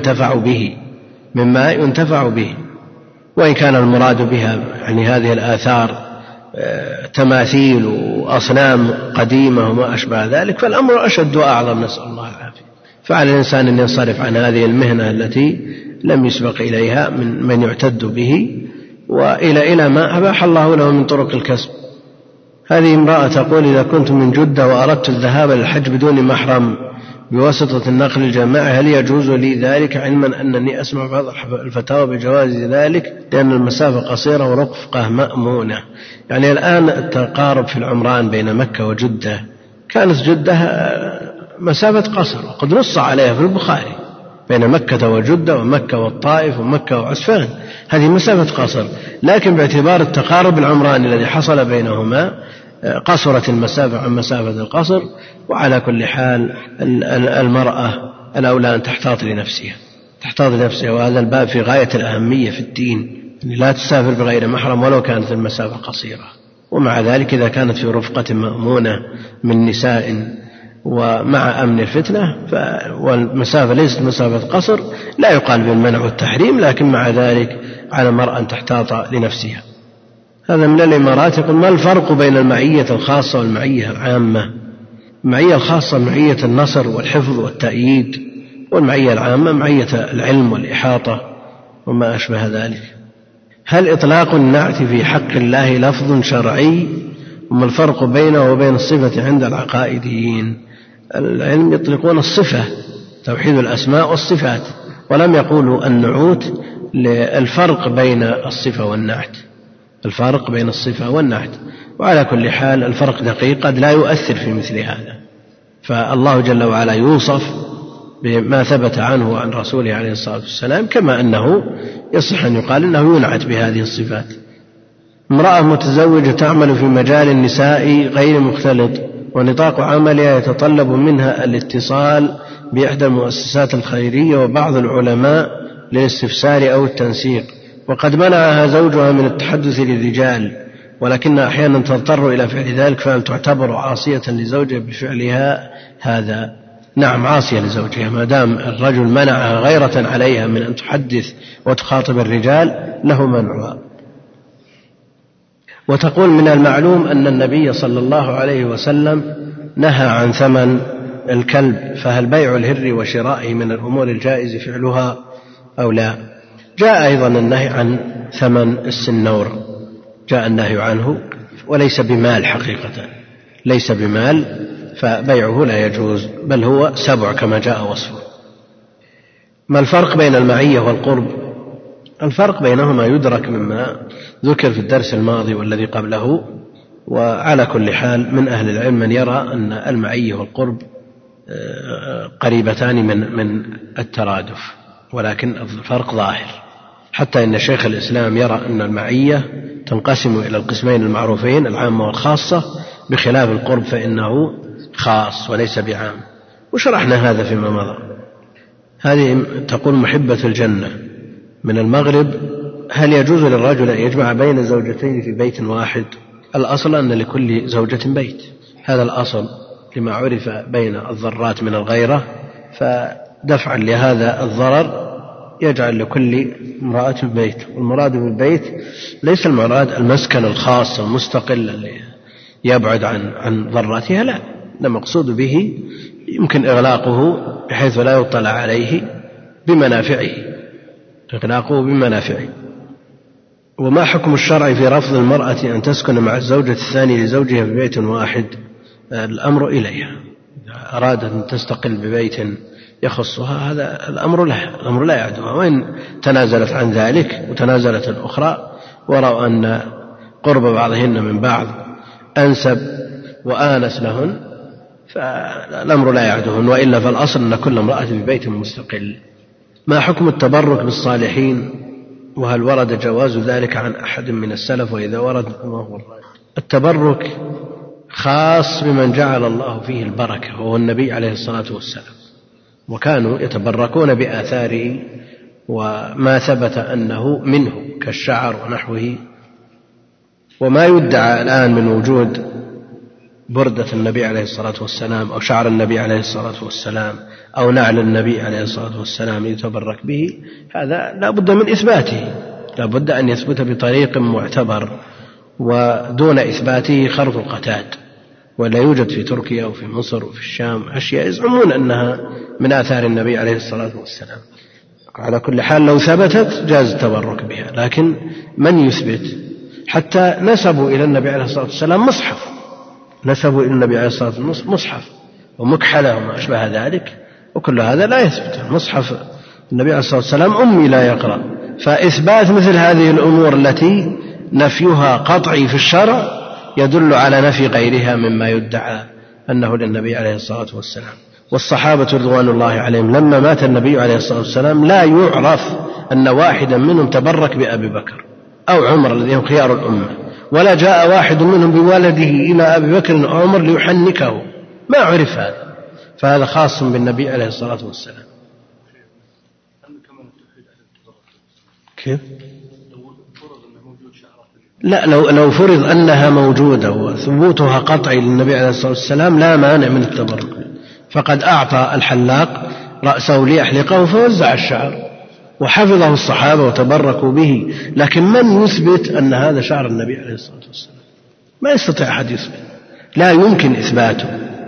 مما ينتفع به. وإن كان المراد بها يعني هذه الآثار تماثيل وأصنام قديمة وما أشبه ذلك، فالأمر أشد وأعظم، نسأل الله العافية. فعلى الإنسان أن ينصرف عن هذه المهنة التي لم يسبق إليها من يعتد به، وإلى ما أباح الله له من طرق الكسب. هذه امرأة تقول: إذا كنت من جدة وأردت الذهاب للحج بدون محرم بواسطة النقل الجماعي هل يجوز لي ذلك، علما أنني أسمع بعض الفتاوى بجواز ذلك لأن المسافة قصيرة ورفقة مأمونة؟ يعني الآن التقارب في العمران بين مكة وجدة، كانت جدة مسافة قصر، وقد نص عليها في البخاري بين مكة وجدة ومكة والطائف ومكة وعسفان، هذه مسافة قصر، لكن باعتبار التقارب العمراني الذي حصل بينهما قصرت المسافة عن مسافة القصر. وعلى كل حال المرأة الأولى أن تحتاط لنفسها، وهذا الباب في غاية الأهمية في الدين، لا تسافر بغير محرم ولو كانت المسافة قصيرة. ومع ذلك إذا كانت في رفقة مأمونة من نساء ومع أمن الفتنة والمسافة ليست مسافة قصر، لا يقال بالمنع والتحريم، لكن مع ذلك على المرأة أن تحتاط لنفسها. هذا من الإمارات يقول: ما الفرق بين المعية الخاصة والمعية العامة؟ المعية الخاصة معية النصر والحفظ والتأييد، والمعية العامة معية العلم والإحاطة وما أشبه ذلك. هل إطلاق النعت في حق الله لفظ شرعي؟ وما الفرق بينه وبين الصفة عند العقائديين؟ العلم يطلقون الصفة، توحيد الأسماء والصفات، ولم يقولوا النعوت. للفرق بين الصفة والنعت، وعلى كل حال الفرق دقيق قد لا يؤثر في مثل هذا. فالله جل وعلا يوصف بما ثبت عنه وعن رسوله عليه الصلاة والسلام، كما أنه يصح أن يقال أنه ينعت بهذه الصفات. امرأة متزوجة تعمل في مجال النساء غير مختلط، ونطاق عملها يتطلب منها الاتصال بإحدى المؤسسات الخيرية وبعض العلماء للاستفسار أو التنسيق، وقد منعها زوجها من التحدث للرجال، ولكنها أحيانا تضطر إلى فعل ذلك، فهل تعتبر عاصية لزوجها بفعلها هذا؟ نعم، عاصية لزوجها ما دام الرجل منعها غيرة عليها من أن تحدث وتخاطب الرجال، له منعها. وتقول: من المعلوم أن النبي صلى الله عليه وسلم نهى عن ثمن الكلب، فهل بيع الهر وشرائه من الأمور الجائز فعلها أو لا؟ جاء أيضا النهي عن ثمن السنور، جاء النهي عنه، وليس بمال حقيقة، ليس بمال، فبيعه لا يجوز، بل هو سبع كما جاء وصفه. ما الفرق بين المعية والقرب؟ الفرق بينهما يدرك مما ذكر في الدرس الماضي والذي قبله. وعلى كل حال من أهل العلم من يرى أن المعية والقرب قريبتان من الترادف، ولكن الفرق ظاهر، حتى إن شيخ الإسلام يرى أن المعية تنقسم إلى القسمين المعروفين، العامة والخاصة، بخلاف القرب فإنه خاص وليس بعام، وشرحنا هذا فيما مضى. هذه تقول محبة الجنة من المغرب: هل يجوز للرجل أن يجمع بين زوجتين في بيت واحد؟ الأصل أن لكل زوجة بيت، هذا الأصل لما عرف بين الضرات من الغيرة، فدفعا لهذا الضرر يجعل لكل امرأة بيت. والمراد بالبيت ليس المراد المسكن الخاص المستقل اللي يبعد عن ضراتها، لا، المقصود به يمكن إغلاقه بحيث لا يطلع عليه بمنافعه، إغلاقه بمنافعه. وما حكم الشرع في رفض المرأة أن تسكن مع الزوجة الثانية لزوجها في بيت واحد؟ الأمر إليها، إذا أرادت أن تستقل ببيت يخصها هذا الأمر لها، الأمر لا يعدها. وإن تنازلت عن ذلك وتنازلت الأخرى ورأوا أن قرب بعضهن من بعض أنسب وآنس لهن، فالأمر لا يعدهن، وإلا فالأصل أن كل امرأة في بيت مستقل. ما حكم التبرك بالصالحين، وهل ورد جواز ذلك عن أحد من السلف، وإذا ورد ما هو الرأي؟ التبرك خاص بمن جعل الله فيه البركة وهو النبي عليه الصلاة والسلام، وكانوا يتبركون بآثاره وما ثبت أنه منه كالشعر ونحوه. وما يدعى الآن من وجود بردة النبي عليه الصلاة والسلام أو شعر النبي عليه الصلاة والسلام أو نعل النبي عليه الصلاة والسلام يتبرك به، هذا لا بد من إثباته، لا بد أن يثبت بطريق معتبر، ودون إثباته خرط القتاد. ولا يوجد في تركيا وفي مصر وفي الشام أشياء يزعمون أنها من آثار النبي عليه الصلاة والسلام. على كل حال لو ثبتت جاز التبرك بها، لكن من يثبت؟ حتى نسبوا إلى النبي عليه الصلاة والسلام مصحف، نسبوا إلى النبي عليه الصلاة والسلام مصحف ومكحلة وما أشبه ذلك، وكل هذا لا يثبت. مصحف النبي عليه الصلاة والسلام أمي لا يقرأ، فإثبات مثل هذه الأمور التي نفيها قطعي في الشرع يدل على نفي غيرها مما يدعى أنه للنبي عليه الصلاة والسلام. والصحابة رضوان الله عليهم لما مات النبي عليه الصلاة والسلام لا يعرف أن واحدا منهم تبرك بأبي بكر أو عمر الذين هم خيار الأمة، ولا جاء واحد منهم بولده إلى أبي بكر أو عمر ليحنكه، ما عرف هذا، فهذا خاص بالنبي عليه الصلاة والسلام. كيف؟ لا، لو فرض أنها موجودة وثبوتها قطعي للنبي عليه الصلاة والسلام لا مانع من التبرك، فقد أعطى الحلاق رأسه ليحلقه فوزع الشعر وحفظه الصحابة وتبركوا به، لكن من يثبت أن هذا شعر النبي عليه الصلاة والسلام؟ ما يستطيع أحد يثبت، لا يمكن إثباته.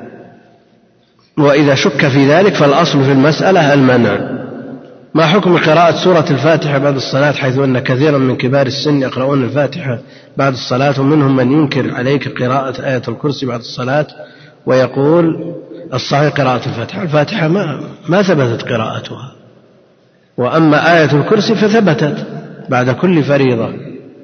وإذا شك في ذلك فالأصل في المسألة المنع. ما حكم قراءة سورة الفاتحة بعد الصلاة، حيث أن كثيرا من كبار السن يقرؤون الفاتحة بعد الصلاة، ومنهم من ينكر عليك قراءة آية الكرسي بعد الصلاة ويقول الصحيح قراءة الفاتحة. الفاتحة ما ثبتت قراءتها، وأما آية الكرسي فثبتت بعد كل فريضة.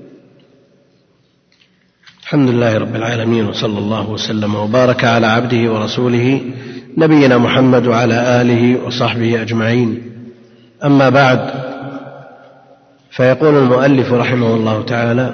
الحمد لله رب العالمين، وصلى الله وسلم وبارك على عبده ورسوله نبينا محمد وعلى آله وصحبه أجمعين. أما بعد، فيقول المؤلف رحمه الله تعالى: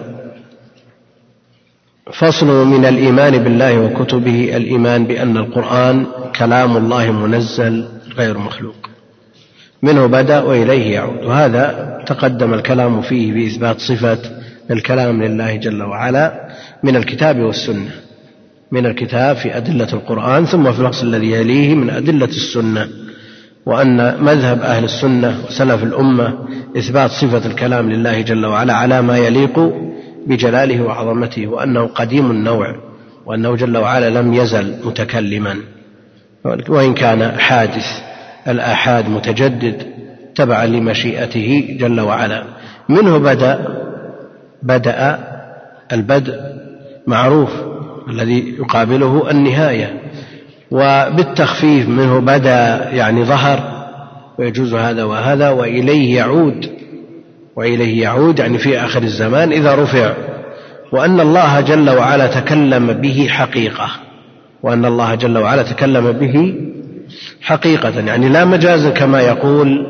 فصل من الإيمان بالله وكتبه الإيمان بأن القرآن كلام الله منزل غير مخلوق، منه بدأ وإليه يعود. وهذا تقدم الكلام فيه بإثبات صفة الكلام لله جل وعلا من الكتاب والسنة، من الكتاب في أدلة القرآن، ثم في الفصل الذي يليه من أدلة السنة، وأن مذهب أهل السنة وسلف الأمة إثبات صفة الكلام لله جل وعلا على ما يليق بجلاله وعظمته، وأنه قديم النوع، وأنه جل وعلا لم يزل متكلما، وإن كان حادث الآحاد متجدد تبعا لمشيئته جل وعلا. منه بدأ البدء معروف الذي يقابله النهاية، وبالتخفيف منه بدأ يعني ظهر، ويجوز هذا وهذا. وإليه يعود يعني في آخر الزمان إذا رفع. وأن الله جل وعلا تكلم به حقيقة، وأن الله جل وعلا تكلم به حقيقة، يعني لا مجازا كما يقول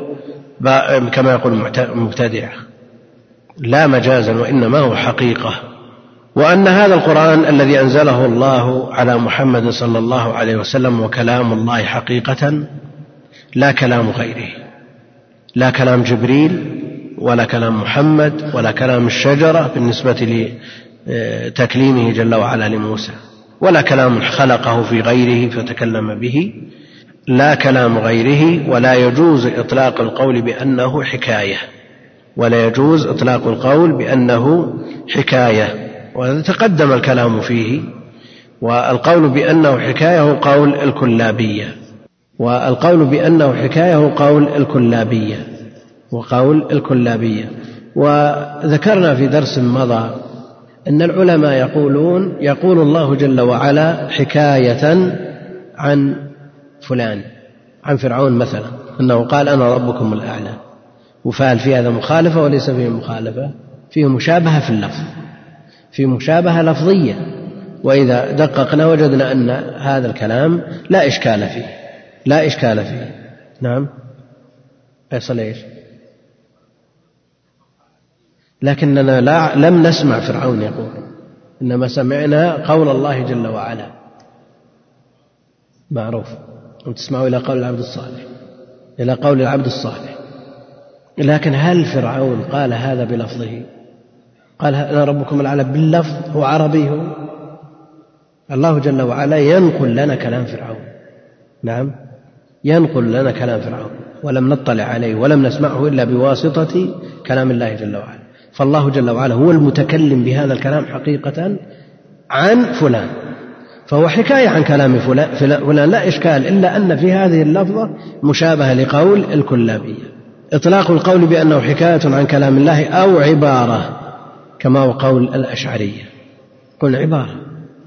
المبتدع، لا مجازا وإنما هو حقيقة. وأن هذا القرآن الذي أنزله الله على محمد صلى الله عليه وسلم وكلام الله حقيقة، لا كلام غيره، لا كلام جبريل ولا كلام محمد ولا كلام الشجرة بالنسبة لتكليمه جل وعلا لموسى، ولا كلام خلقه في غيره فتكلم به، لا كلام غيره. ولا يجوز إطلاق القول بأنه حكاية، ولا يجوز إطلاق القول بأنه حكاية، وتقدم الكلام فيه. والقول بأنه حكاية هو قول الكلابية، والقول بأنه حكاية هو قول الكلابية. وذكرنا في درس مضى أن العلماء يقول الله جل وعلا حكاية عن فلان، عن فرعون مثلا، أنه قال أنا ربكم الأعلى، وفعل في هذا مخالفة وليس فيه مخالفة، فيه مشابهة في اللفظ، في مشابهة لفظية. وإذا دققنا وجدنا أن هذا الكلام لا إشكال فيه. نعم، يصل إيش؟ لكننا لم نسمع فرعون يقول، إنما سمعنا قول الله جل وعلا، معروف، وتسمعوا إلى قول العبد الصالح. إلى قول العبد الصالح. لكن هل فرعون قال هذا بلفظه؟ قال أنا ربكم الأعلى باللفظ؟ هو عربي هو؟ الله جل وعلا ينقل لنا كلام فرعون، نعم ينقل لنا كلام فرعون، ولم نطلع عليه ولم نسمعه إلا بواسطة كلام الله جل وعلا. فالله جل وعلا هو المتكلم بهذا الكلام حقيقة عن فلان، فهو حكاية عن كلام فلان لا إشكال، إلا أن في هذه اللفظة مشابهة لقول الكلابية. إطلاق القول بأنه حكاية عن كلام الله أو عبارة كما هو قول الأشعرية، قل عبارة.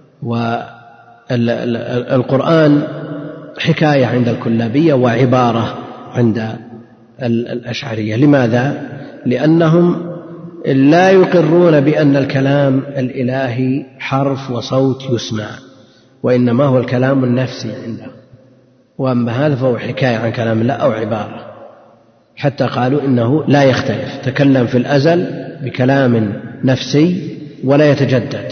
والقرآن حكاية عند الكلابية وعبارة عند الأشعرية. لماذا؟ لأنهم لا يقرون بأن الكلام الإلهي حرف وصوت يسمع، وإنما هو الكلام النفسي عندهم، وأما هذا فهو حكاية عن كلام الله أو عبارة. حتى قالوا إنه لا يختلف، تكلم في الأزل بكلام نفسي ولا يتجدد،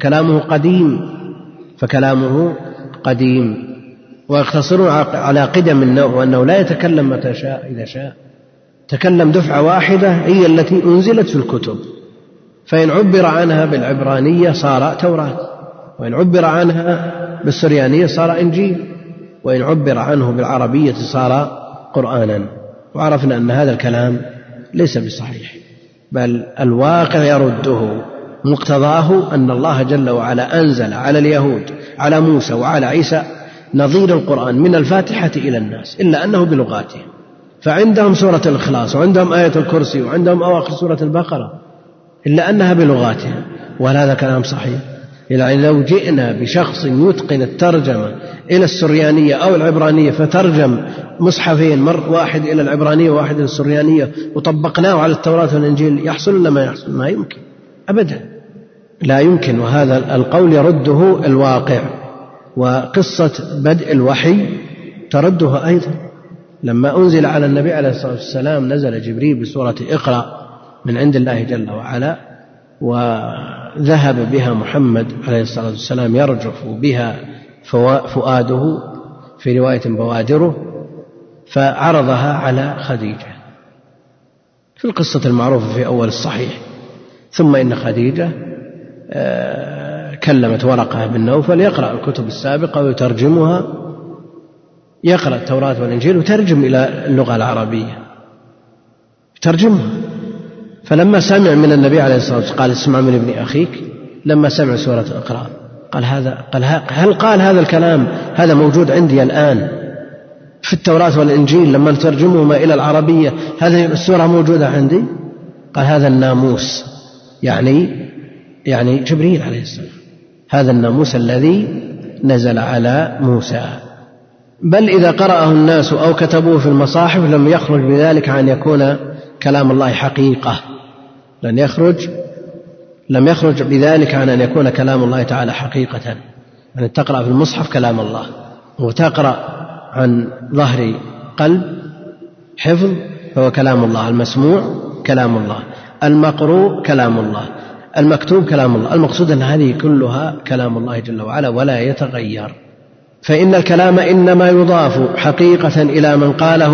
فكلامه قديم. ويقتصرون على قدم النوع، وأنه لا يتكلم متى شاء إذا شاء، تكلم دفعة واحدة هي التي أنزلت في الكتب، فإن عبر عنها بالعبرانية صار توراة، وإن عبر عنها بالسريانية صار إنجيل، وإن عبر عنه بالعربية صار قرآنا. وعرفنا أن هذا الكلام ليس بصحيح، بل الواقع يرده. مقتضاه أن الله جل وعلا أنزل على اليهود على موسى وعلى عيسى نظير القرآن من الفاتحة إلى الناس، إلا أنه بلغاتهم. فعندهم سورة الإخلاص، وعندهم آية الكرسي، وعندهم أواخر سورة البقرة، إلا أنها بلغاتهم، وهذا كلام صحيح. يعني لو جئنا بشخص يتقن الترجمة إلى السريانية أو العبرانية فترجم مصحفين، واحد إلى العبرانية وواحد إلى السريانية، وطبقناه على التوراة والإنجيل، يحصل ولا ما يحصل؟ ما يمكن أبدا، لا يمكن. وهذا القول يرده الواقع. وقصة بدء الوحي ترده أيضا. لما أنزل على النبي عليه الصلاة والسلام نزل جبريل بسورة اقرأ من عند الله جل وعلا، وذهب بها محمد عليه الصلاة والسلام يرجف بها فؤاده، في رواية بوادره، فعرضها على خديجة في القصة المعروفة في أول الصحيح. ثم إن خديجة كلمت ورقة بن نوفل يقرأ الكتب السابقة ويترجمها، يقرأ التوراة والإنجيل وترجم إلى اللغة العربية، ترجمها. فلما سمع من النبي عليه الصلاة والسلام قال اسمع من ابن أخيك، لما سمع سورة اقرأ قال هل قال هذا الكلام هذا موجود عندي الآن في التوراة والإنجيل لما نترجمهما إلى العربية هذه السورة موجودة عندي؟ قال هذا الناموس، يعني جبريل عليه السلام، هذا الناموس الذي نزل على موسى. بل إذا قرأه الناس أو كتبوه في المصاحف لم يخرج بذلك عن يكون كلام الله حقيقة، لم يخرج بذلك عن أن يكون كلام الله تعالى حقيقة. يعني تقرأ في المصحف كلام الله، وتقرأ عن ظهر قلب حفظ فهو كلام الله، المسموع كلام الله، المقروء كلام الله، المكتوب كلام الله. المقصود أن هذه كلها كلام الله جل وعلا ولا يتغير. فإن الكلام إنما يضاف حقيقة إلى من قاله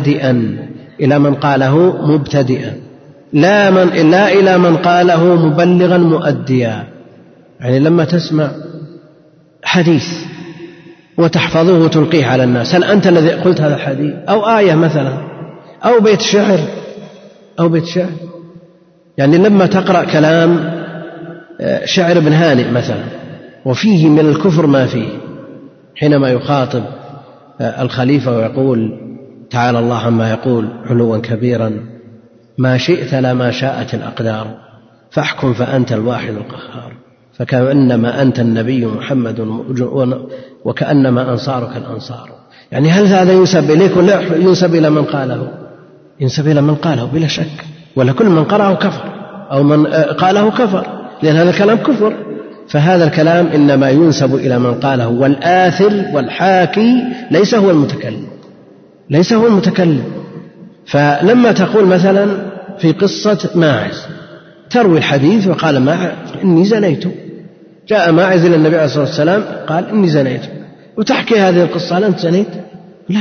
مبتدئا، لا إلى من قاله مبلغا مؤديا. يعني لما تسمع حديث وتحفظه وتلقيه على الناس، هل أنت الذي قلت هذا الحديث؟ أو آية مثلا، أو بيت شعر، يعني لما تقرأ كلام شعر ابن هانئ مثلا وفيه من الكفر ما فيه، حينما يخاطب الخليفة ويقول تعالى الله عما يقول علوا كبيرا، ما شئت لا ما شاءت الأقدار، فاحكم فأنت الواحد القهار، فكأنما أنت النبي محمد وكأنما أنصارك الأنصار. يعني هل هذا ينسب إليك ولا ينسب إلى من قاله؟ ينسب إلى من قاله بلا شك، ولا كل من قرأه كفر أو من قاله كفر، لأن هذا الكلام كفر. فهذا الكلام إنما ينسب إلى من قاله، والآثر والحاكي ليس هو المتكلم. فلما تقول مثلا في قصة ماعز، تروي الحديث وقال ماعز إني زنيت، جاء ماعز إلى النبي عليه الصلاة والسلام قال إني زنيت، وتحكي هذه القصة هل أنت زنيت؟ لا،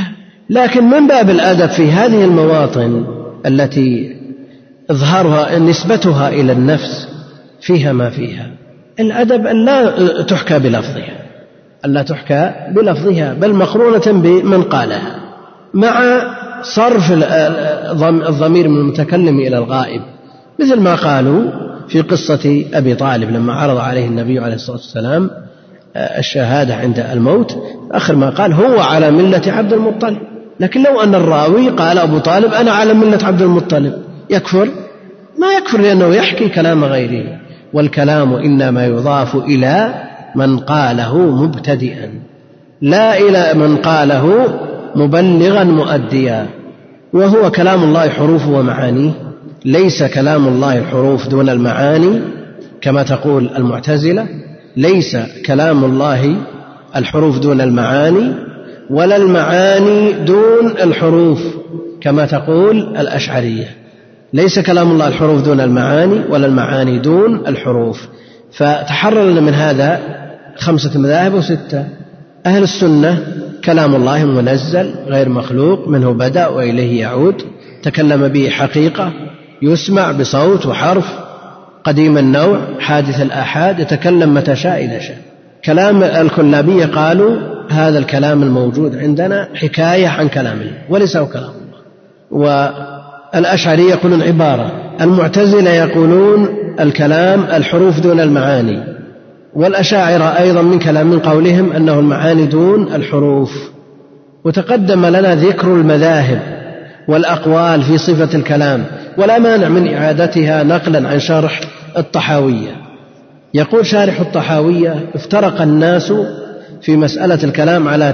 لكن من باب الأدب في هذه المواطن التي إظهارها نسبتها إلى النفس فيها ما فيها، الأدب أن لا تحكى بلفظها، ألا تحكى بلفظها بل مقرونة بمن قالها، مع صرف الضمير من المتكلم إلى الغائب، مثل ما قالوا في قصة أبي طالب لما عرض عليه النبي عليه الصلاة والسلام الشهادة عند الموت، آخر ما قال هو على ملة عبد المطلب. لكن لو أن الراوي قال أبو طالب أنا على ملة عبد المطلب يكفر؟ ما يكفر، لأنه يحكي كلام غيره، والكلام إنما يضاف إلى من قاله مبتدئا لا إلى من قاله مبلغا مؤديا. وهو كلام الله حروف ومعانيه، ليس كلام الله الحروف دون المعاني كما تقول المعتزلة، ليس كلام الله الحروف دون المعاني، ولا المعاني دون الحروف كما تقول الأشعرية. ليس كلام الله الحروف دون المعاني ولا المعاني دون الحروف. فتحررنا من هذا 5 مذاهب و6. أهل السنة كلام الله منزل غير مخلوق، منه بدأ وإليه يعود، تكلم به حقيقة، يسمع بصوت وحرف، قديم النوع، حادث الآحاد، يتكلم متى شاء إذا شاء. كلام الكلابية قالوا هذا الكلام الموجود عندنا حكاية عن كلام الله وليس هو كلام الله. والأشعري يقولون عبارة، المعتزلة يقولون الكلام الحروف دون المعاني، والأشاعرة أيضا من قولهم أنه المعاني دون الحروف. وتقدم لنا ذكر المذاهب والأقوال في صفة الكلام، ولا مانع من إعادتها نقلا عن شرح الطحاوية. يقول شارح الطحاوية افترق الناس في مسألة الكلام على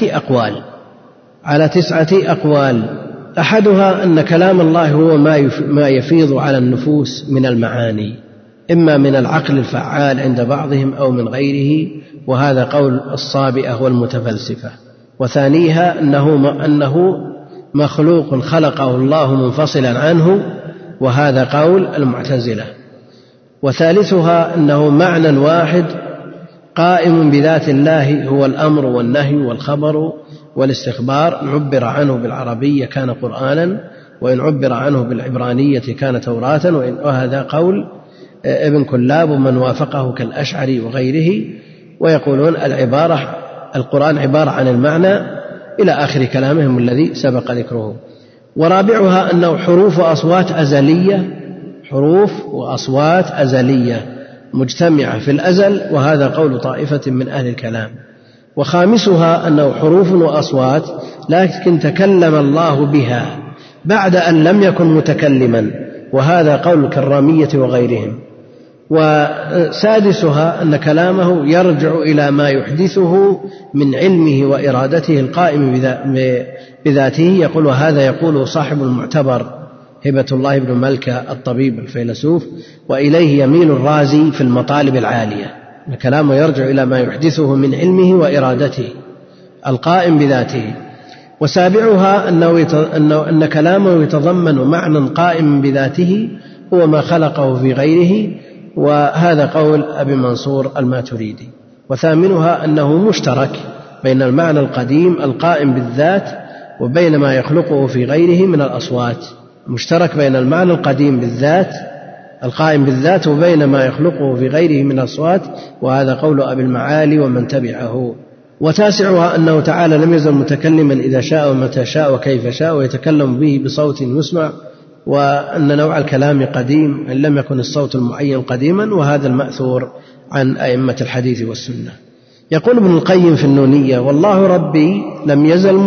9 أقوال. أحدها أن كلام الله هو ما يفيض على النفوس من المعاني، إما من العقل الفعال عند بعضهم أو من غيره، وهذا قول الصابئة والمتفلسفة. وثانيها أنه مخلوق خلقه الله منفصلا عنه، وهذا قول المعتزلة. وثالثها أنه معنى واحد قائم بذات الله، هو الأمر والنهي والخبر والاستخبار، إن عبر عنه بالعربية كان قرآنا، وإن عبر عنه بالعبرانية كان توراة. وهذا قول ابن كلاب ومن وافقه كالأشعري وغيره. ويقولون القرآن عبارة عن المعنى إلى آخر كلامهم الذي سبق ذكره. ورابعها أنه حروف وأصوات أزلية مجتمعة في الأزل، وهذا قول طائفة من أهل الكلام. وخامسها أنه حروف وأصوات لكن تكلم الله بها بعد أن لم يكن متكلما، وهذا قول الكرامية وغيرهم. وسادسها أن كلامه يرجع إلى ما يحدثه من علمه وإرادته القائم بذاته. يقول وهذا يقول صاحب المعتبر هبة الله بن ملكة الطبيب الفيلسوف، وإليه يميل الرازي في المطالب العالية. كلامه يرجع إلى ما يحدثه من علمه وإرادته القائم بذاته. وسابعها أن كلامه يتضمن معنى قائم بذاته هو ما خلقه في غيره، وهذا قول أبي منصور الماتريدي. وثامنها أنه مشترك بين المعنى القديم القائم بالذات وبين ما يخلقه في غيره من الأصوات، مشترك بين المعنى القديم بالذات القائم بالذات وبين ما يخلقه في غيره من الأصوات، وهذا قول أبي المعالي ومن تبعه. وتاسعها أنه تعالى لم يزل متكلما إذا شاء ومتى شاء وكيف شاء، ويتكلم به بصوت يسمع، وأن نوع الكلام قديم إن لم يكن الصوت المعين قديما، وهذا المأثور عن أئمة الحديث والسنة. يقول ابن القيم في النونية والله ربي لم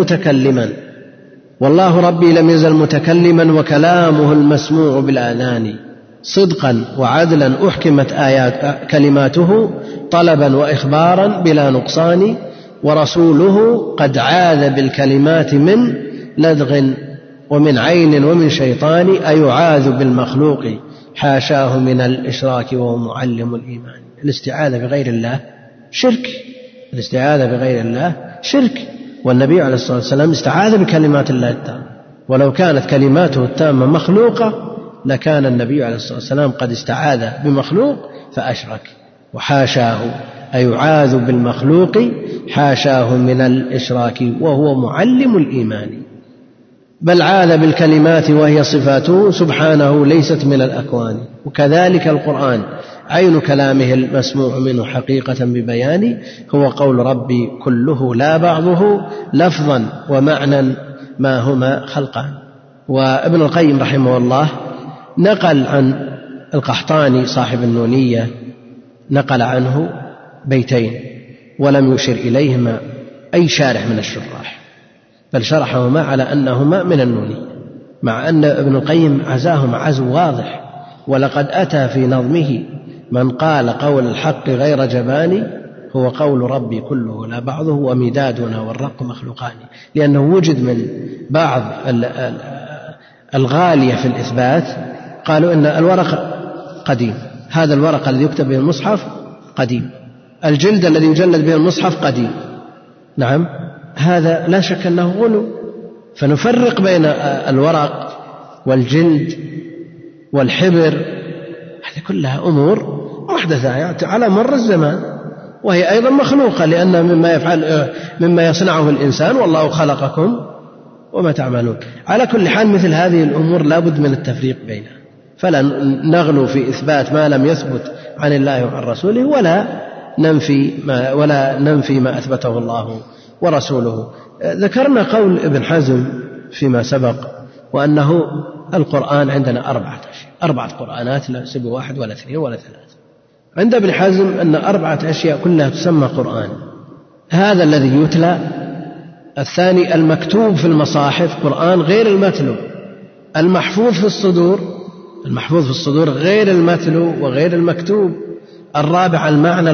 يزل متكلما وكلامه المسموع بالآذان، صدقا وعدلا أحكمت آيات كلماته، طلبا وإخبارا بلا نقصان، ورسوله قد عاذ بالكلمات من لدغ ومن عين ومن شيطان، أيعاذ بالمخلوق حاشاه من الإشراك وهو معلم الإيمان. الاستعاذة بغير الله شرك، والنبي عليه الصلاة والسلام استعاذ بكلمات الله التامة، ولو كانت كلماته التامة مخلوقة لكان النبي عليه الصلاة والسلام قد استعاذ بمخلوق فأشرك، وحاشاه، أيعاذ بالمخلوق حاشاه من الإشراك، وهو معلم الإيمان، بل عاذ بالكلمات وهي صفاته سبحانه ليست من الأكوان. وكذلك القرآن عين كلامه المسموع منه حقيقة ببيان، هو قول ربي كله لا بعضه لفظا ومعنى ما هما خلقان. وابن القيم رحمه الله نقل عن القحطاني صاحب النونية، نقل عنه بيتين ولم يشر إليهما أي شارح من الشراح، بل شرحهما على أنهما من النونية، مع أن ابن القيم عزاهما عزو واضح. ولقد أتى في نظمه من قال قول الحق غير جبان، هو قول ربي كله لا بعضه ومدادنا والرق مخلوقان، لأنه وجد من بعض الغالية في الإثبات قالوا إن الورق قديم، هذا الورق الذي يكتب به المصحف قديم، الجلد الذي يجلد به المصحف قديم. نعم، هذا لا شك أنه غلو. فنفرق بين الورق والجلد والحبر، هذه كلها أمور محدثة على مر الزمان، وهي أيضا مخلوقة، لأن مما يصنعه الإنسان، والله خلقكم وما تعملون. على كل حال مثل هذه الأمور لا بد من التفريق بينها، فلا نغلو في إثبات ما لم يثبت عن الله وعن رسوله، ولا ننفي ما أثبته الله ورسوله. ذكرنا قول ابن حزم فيما سبق، وأنه القرآن عندنا 4 قرآنات، لا سبوا 1 ولا 2 ولا 3. عند ابن حزم أن 4 أشياء كلها تسمى قرآن: هذا الذي يتلى، الثاني المكتوب في المصاحف قرآن غير المتلو، المحفوظ في الصدور غير المتلو وغير المكتوب، الرابع المعنى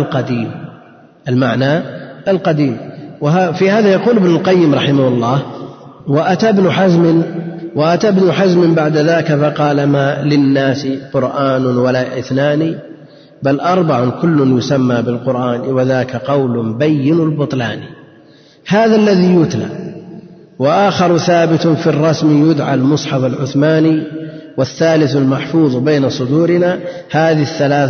القديم. وفي هذا يقول ابن القيم رحمه الله: وأتى ابن حزم بعد ذاك فقال: ما للناس قرآن ولا 2، بل 4 كل يسمى بالقرآن، وذاك قول بين البطلان. هذا الذي يتلى، وآخر ثابت في الرسم يدعى المصحف العثماني، والثالث المحفوظ بين صدورنا. هذه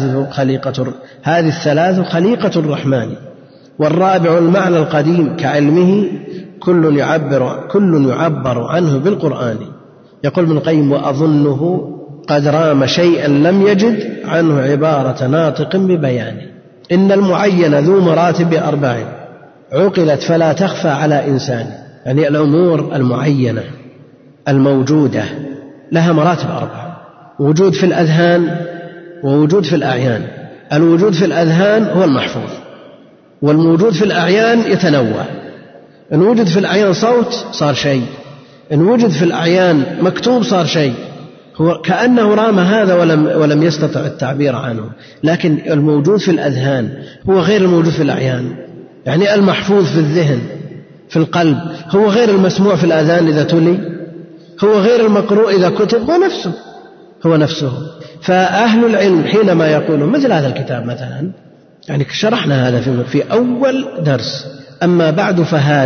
الثلاث خليقة الرحمن. والرابع المعنى القديم كعلمه، كل يعبر عنه بالقرآن. يقول ابن القيم: وأظنه قد رام شيئا لم يجد عنه عبارة ناطق ببيان. إن المعين ذو مراتب 4 عقلت فلا تخفى على إنسان. يعني الأمور المعينة الموجودة لها مراتب 4: وجود في الأذهان، ووجود في الأعيان. الوجود في الأذهان هو المحفوظ، والموجود في الأعيان يتنوع. إن وجد في الأعيان صوت صار شيء، إن وجد في الأعيان مكتوب صار شيء. هو كأنه رام هذا ولم يستطع التعبير عنه. لكن الموجود في الأذهان هو غير الموجود في الأعيان. يعني المحفوظ في الذهن في القلب هو غير المسموع في الآذان إذا تلي، هو غير المقروء إذا كتب، هو نفسه. فأهل العلم حينما يقولون مثل هذا الكتاب مثلا، يعني شرحنا هذا في أول درس: أما بعد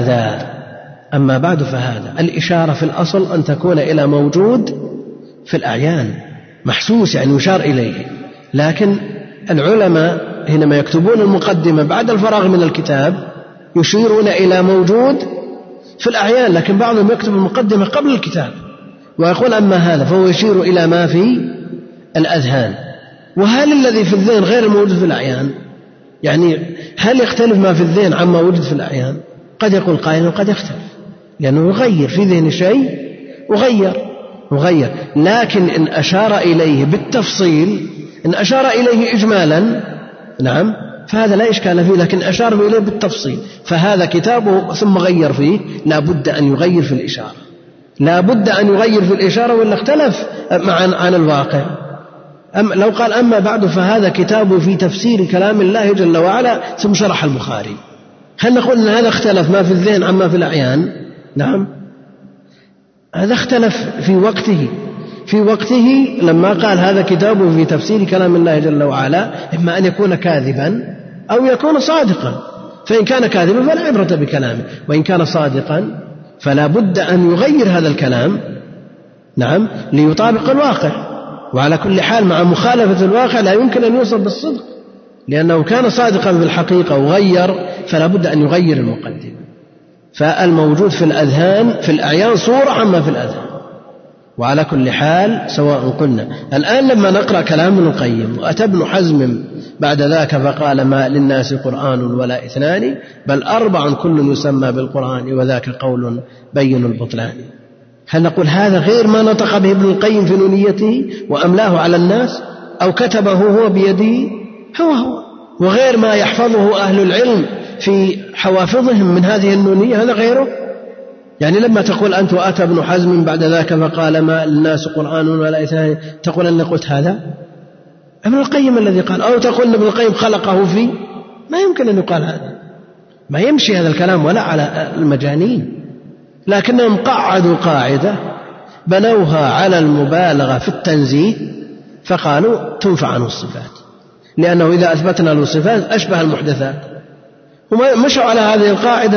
فهذا الإشارة في الأصل أن تكون إلى موجود في الأعيان محسوس، يعني يشار إليه. لكن العلماء حينما يكتبون المقدمة بعد الفراغ من الكتاب يشيرون إلى موجود في الأعيان، لكن بعضهم يكتب المقدمة قبل الكتاب ويقول أما هذا، فهو يشير إلى ما في الأذهان. وهل الذي في الذهن غير الموجود في الأعيان؟ يعني هل يختلف ما في الذهن عما وجد في الأعيان؟ قد يقول قائل وقد يختلف، لأنه يغير في ذهن شيء وغير. لكن إن أشار إليه بالتفصيل، إن أشار إليه إجمالا، نعم، فهذا لا إشكال فيه. لكن أشار إليه بالتفصيل، فهذا كتابه ثم غير فيه، لا بد أن يغير في الإشارة، وإلا اختلف عن الواقع. لو قال أما بعد فهذا كتابه في تفسير كلام الله جل وعلا ثم شرح البخاري، هل نقول أن هذا اختلف ما في الذهن عما في الأعيان؟ نعم، هذا اختلف في وقته لما قال هذا كتابه في تفسير كلام الله جل وعلا، إما أن يكون كاذبا أو يكون صادقا. فإن كان كاذبا فلا عبرة بكلامه، وإن كان صادقا فلا بد أن يغير هذا الكلام، نعم، ليطابق الواقع. وعلى كل حال مع مخالفة الواقع لا يمكن أن يوصل بالصدق، لأنه كان صادقا في الحقيقة وغير، فلا بد أن يغير المقدمة. فالموجود في الأذهان في الأعيان صورة عما في الأذهان. وعلى كل حال سواء قلنا الآن لما نقرأ كلام ابن القيم وأتى ابن حزم بعد ذاك فقال ما للناس قرآن ولا اثنان بل 4 كل يسمى بالقرآن وذاك قول بين البطلان، هل نقول هذا غير ما نطق به ابن القيم في نونيته وأملاه على الناس أو كتبه هو بيده هو وغير ما يحفظه أهل العلم في حوافظهم من هذه النونية هذا غيره؟ يعني لما تقول أنت وأتى ابن حزم بعد ذاك فقال ما الناس قرآن ولا اثنان تقول أن قلت هذا ابن القيم الذي قال، أو تقول أن ابن القيم خلقه فيه، ما يمكن أن يقال هذا، ما يمشي هذا الكلام ولا على المجانين. لكنهم قعدوا قاعدة بنوها على المبالغة في التنزيه فقالوا تنفع عنه الصفات، لأنه إذا أثبتنا له الصفات أشبه المحدثات، هم مشوا على هذه القاعدة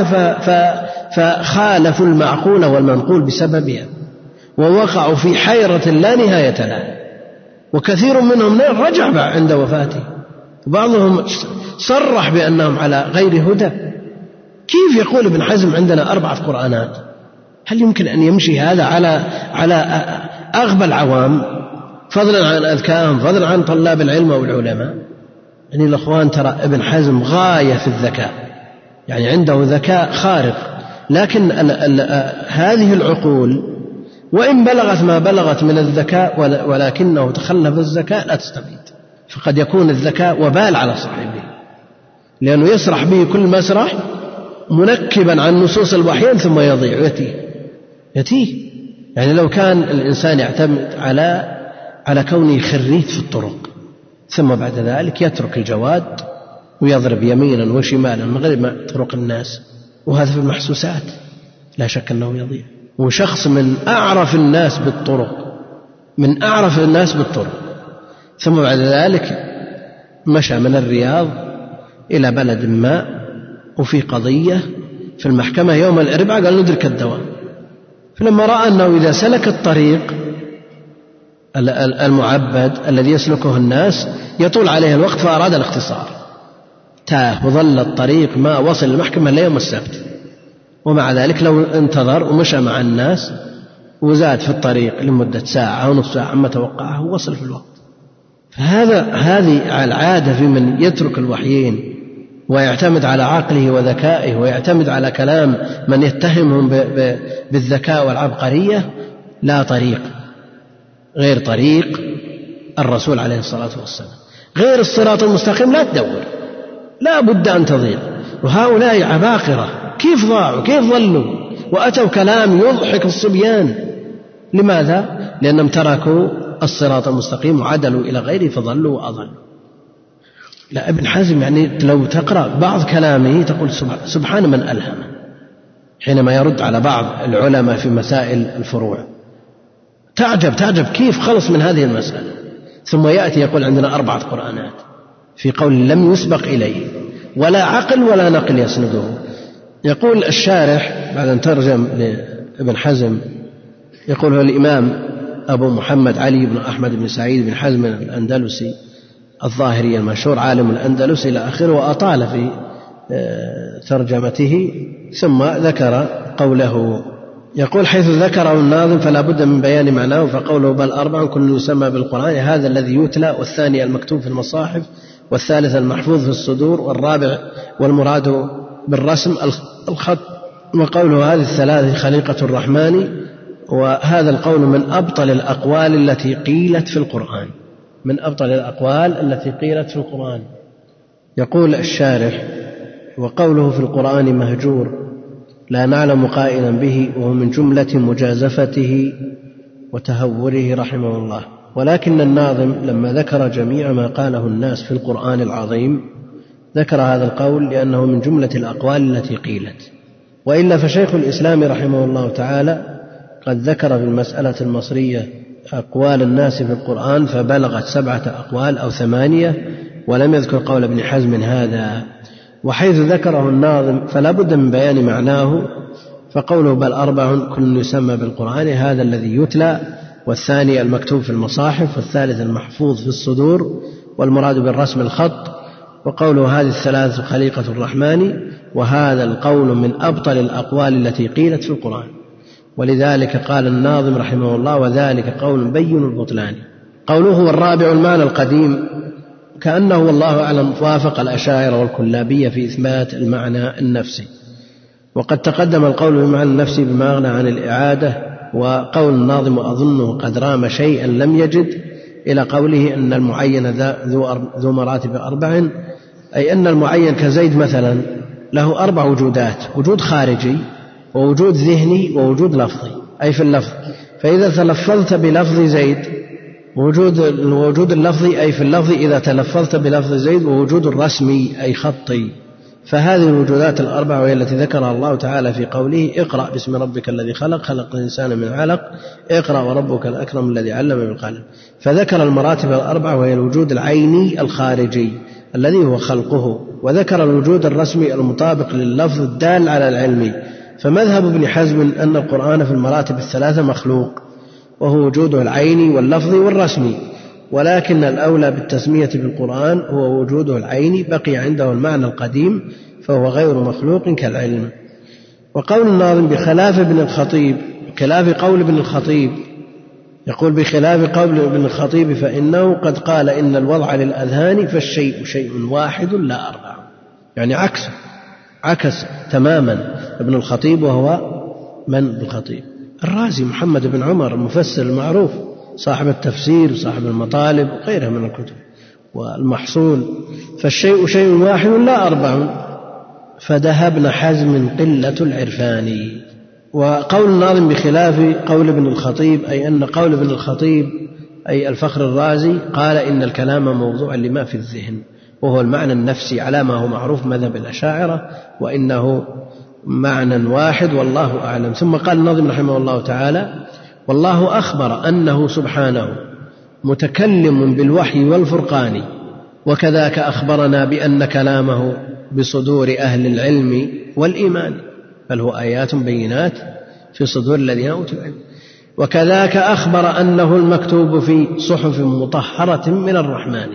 فخالفوا المعقول والمنقول بسببها ووقعوا في حيرة لا نهاية لها، وكثير منهم رجع عند وفاته، وبعضهم صرح بأنهم على غير هدى. كيف يقول ابن حزم عندنا 4 قرآنات؟ هل يمكن أن يمشي هذا على أغبى العوام فضلا عن أذكاهم فضلا عن طلاب العلم والعلماء؟ يعني الأخوان ترى ابن حزم غاية في الذكاء، يعني عنده ذكاء خارق، لكن هذه العقول وإن بلغت ما بلغت من الذكاء ولكنه تخلف الذكاء لا تستفيد، فقد يكون الذكاء وبال على صاحبه، لأنه يسرح به كل مسرح منكبا عن نصوص الوحيين ثم يضيع يتيه. يعني لو كان الإنسان يعتمد على كونه خريج في الطرق ثم بعد ذلك يترك الجواد ويضرب يمينا وشمالا من غير ما طرق الناس، وهذا في المحسوسات لا شك أنه يضيع. وشخص من أعرف الناس بالطرق ثم بعد ذلك مشى من الرياض إلى بلد ما وفي قضية في المحكمة يوم الأربعاء قال ندرك الدوام، فلما رأى أنه إذا سلك الطريق المعبد الذي يسلكه الناس يطول عليه الوقت فأراد الاختصار، تاه وظل الطريق ما وصل المحكمة ليوم السبت، ومع ذلك لو انتظر ومشى مع الناس وزاد في الطريق لمدة ساعة أو نصف ساعة عما توقعه وصل في الوقت. هذه العادة في من يترك الوحيين ويعتمد على عقله وذكائه ويعتمد على كلام من يتهمهم بالذكاء والعبقرية لا طريق غير طريق الرسول عليه الصلاة والسلام، غير الصراط المستقيم لا تدور، لا بد أن تضيع. وهؤلاء عباقرة كيف ضاعوا كيف ظلوا وأتوا كلام يضحك الصبيان، لماذا؟ لأنهم تركوا الصراط المستقيم وعدلوا إلى غيره فضلوا وأضلوا. لا ابن حزم يعني لو تقرأ بعض كلامه تقول سبحان من ألهمه حينما يرد على بعض العلماء في مسائل الفروع، تعجب كيف خلص من هذه المسألة، ثم يأتي يقول عندنا 4 قرآنات في قول لم يسبق إليه ولا عقل ولا نقل يسنده. يقول الشارح بعد أن ترجم لابن حزم يقول هو الإمام أبو محمد علي بن أحمد بن سعيد بن حزم الأندلسي الظاهري المشهور عالم الأندلس إلى آخره، وأطال في ترجمته ثم ذكر قوله. يقول حيث ذكره الناظم فلا بد من بيان معناه، فقوله بل 4 كل يسمى بالقرآن هذا الذي يتلى، والثاني المكتوب في المصاحف، والثالث المحفوظ في الصدور، والرابع والمراد بالرسم الخط. وقوله هذه الثلاث خليقة الرحمن، وهذا القول من أبطل الأقوال التي قيلت في القرآن، من أبطل الأقوال التي قيلت في القرآن. يقول الشارح وقوله في القرآن مهجور لا نعلم قائلا به، وهو من جملة مجازفته وتهوره رحمه الله. ولكن الناظم لما ذكر جميع ما قاله الناس في القرآن العظيم ذكر هذا القول لأنه من جملة الأقوال التي قيلت، وإلا فشيخ الإسلام رحمه الله تعالى قد ذكر في المسألة المصرية أقوال الناس في القرآن فبلغت 7 أقوال أو 8، ولم يذكر قول ابن حزم هذا. وحيث ذكره الناظم فلا بد من بيان معناه، فقوله بل 4 كل يسمى بالقرآن هذا الذي يتلى، والثاني المكتوب في المصاحف، والثالث المحفوظ في الصدور، والمراد بالرسم الخط، وقوله هذه الثلاثة خليقة الرحمن، وهذا القول من أبطل الأقوال التي قيلت في القرآن، ولذلك قال الناظم رحمه الله: وذلك قول بين البطلان. قوله والرابع المعنى القديم، كأنه والله أعلم وافق الأشاعرة والكلابية في إثبات المعنى النفسي، وقد تقدم القول بالمعنى النفسي بما أغنى عن الإعادة. وقول الناظم أظنه قد رام شيئا لم يجد، إلى قوله أن المعين ذو مراتب 4، أي أن المعين كزيد مثلا له 4 وجودات: وجود خارجي ووجود ذهني ووجود لفظي، أي في اللفظ. فإذا تلفظت بلفظ زيد ووجود اللفظي أي في اللفظ إذا تلفظت بلفظ زيد، ووجود الرسمي أي خطي. فهذه الوجودات 4 وهي التي ذكرها الله تعالى في قوله: اقرأ باسم ربك الذي خلق، خلق الإنسان من علق، اقرأ وربك الأكرم الذي علم بالقلم. فذكر المراتب 4 وهي الوجود العيني الخارجي الذي هو خلقه، وذكر الوجود الرسمي المطابق لللفظ الدال على العلم. فمذهب ابن حزم أن القرآن في المراتب 3 مخلوق، وهو وجوده العيني واللفظي والرسمي، ولكن الأولى بالتسمية بالقرآن هو وجوده العيني، بقي عنده المعنى القديم فهو غير مخلوق كالعلم. وقول الناظم بخلاف ابن الخطيب، خلاف قول ابن الخطيب، يقول بخلاف قول ابن الخطيب فإنه قد قال إن الوضع للأذهان فالشيء شيء واحد لا 4، يعني عكس تماما ابن الخطيب. وهو من ابن الخطيب؟ الرازي محمد بن عمر المفسر المعروف صاحب التفسير وصاحب المطالب وغيرها من الكتب والمحصول. فالشيء شيء واحد لا 4، فذهب ابن حزم قلة العرفان. وقول الناظم بخلاف قول ابن الخطيب، أي أن قول ابن الخطيب أي الفخر الرازي قال إن الكلام موضوع لما في الذهن، وهو المعنى النفسي على ما هو معروف مذهب الأشاعرة، وإنه معنى واحد والله أعلم. ثم قال الناظم رحمه الله تعالى: والله أخبر أنه سبحانه متكلم بالوحي والفرقان، وكذاك أخبرنا بأن كلامه بصدور أهل العلم والإيمان، بل هو آيات بينات في صدور الذين أوتوا العلم. وكذاك أخبر أنه المكتوب في صحف مطهرة من الرحمن،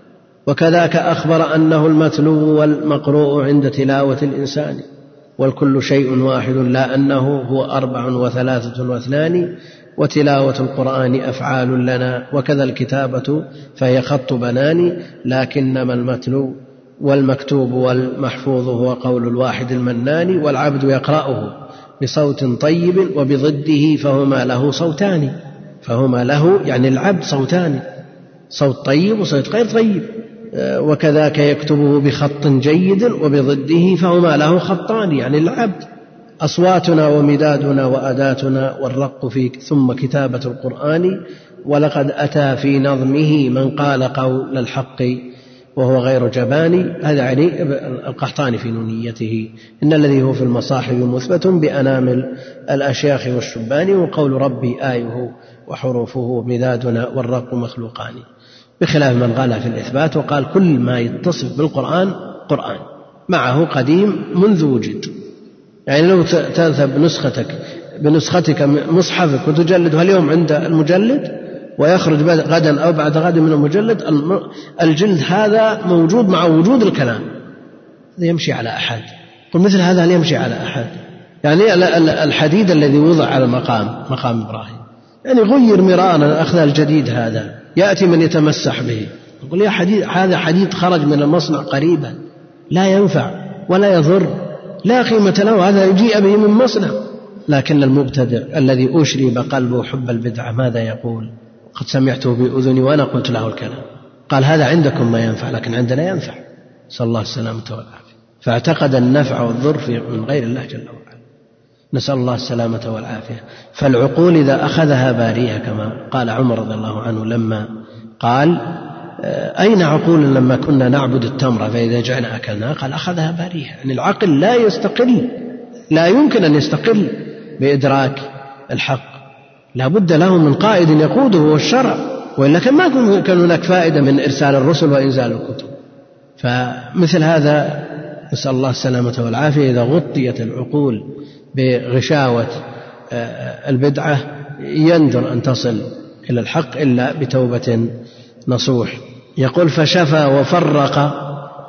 وكذاك أخبر أنه المتلو والمقروء عند تلاوة الإنسان، والكل شيء واحد لا أنه هو 4 و3 و2، وتلاوة القرآن أفعال لنا، وكذا الكتابة فهي خط بنان، لكنما المتلو والمكتوب والمحفوظ هو قول الواحد المنان، والعبد يقرأه بصوت طيب وبضده فهما له صوتان، فهما له يعني العبد صوتان، صوت طيب وصوت غير طيب. وكذاك يكتبه بخط جيد وبضده فهما له خطان، يعني العبد. أصواتنا ومدادنا وأداتنا والرق فيك، ثم كتابة القرآن، ولقد أتى في نظمه من قال قول الحق وهو غير جبان. هذا يعني القحطاني في نونيته: إن الذي هو في المصاحف مثبت بأنامل الأشياخ والشبان، وقول ربي آيه وحروفه مدادنا والرق مخلوقان، بخلاف من غلا في الإثبات وقال كل ما يتصف بالقرآن قرآن معه قديم منذ وجد. يعني لو تذهب بنسختك مصحفك وتجلدها اليوم عند المجلد ويخرج غدا أو بعد غد من المجلد، الجلد هذا موجود مع وجود الكلام، هذا يمشي على أحد. قل مثل هذا هل يمشي على أحد؟ يعني الحديد الذي وضع على مقام إبراهيم يعني غير مرارا، أخذ الجديد هذا يأتي من يتمسح به يقول يا حديد، هذا حديد خرج من المصنع قريبا لا ينفع ولا يضر لا قيمة له، هذا يجيء به من مصنع. لكن المبتدع الذي أشرب قلبه حب البدعة ماذا يقول؟ قد سمعته بأذني وأنا قلت له الكلام، قال هذا عندكم ما ينفع لكن عندنا ينفع، صلى الله السلامة والعافية. فاعتقد النفع والضر من غير الله جل وعلا، نسأل الله السلامة والعافية. فالعقول إذا أخذها باريها كما قال عمر رضي الله عنه لما قال أين عقول لما كنا نعبد التمر فإذا جعنا أكلنا، قال أخذها باريها. يعني العقل لا يستقل، لا يمكن أن يستقل بإدراك الحق، لا بد له من قائد يقوده هو الشرع، وإلا ما كان هناك فائدة من إرسال الرسل وإنزال الكتب. فمثل هذا نسأل الله السلامة والعافية إذا غطيت العقول بغشاوة البدعة يندر أن تصل إلى الحق إلا بتوبة نصوح. يقول فشفى وفرق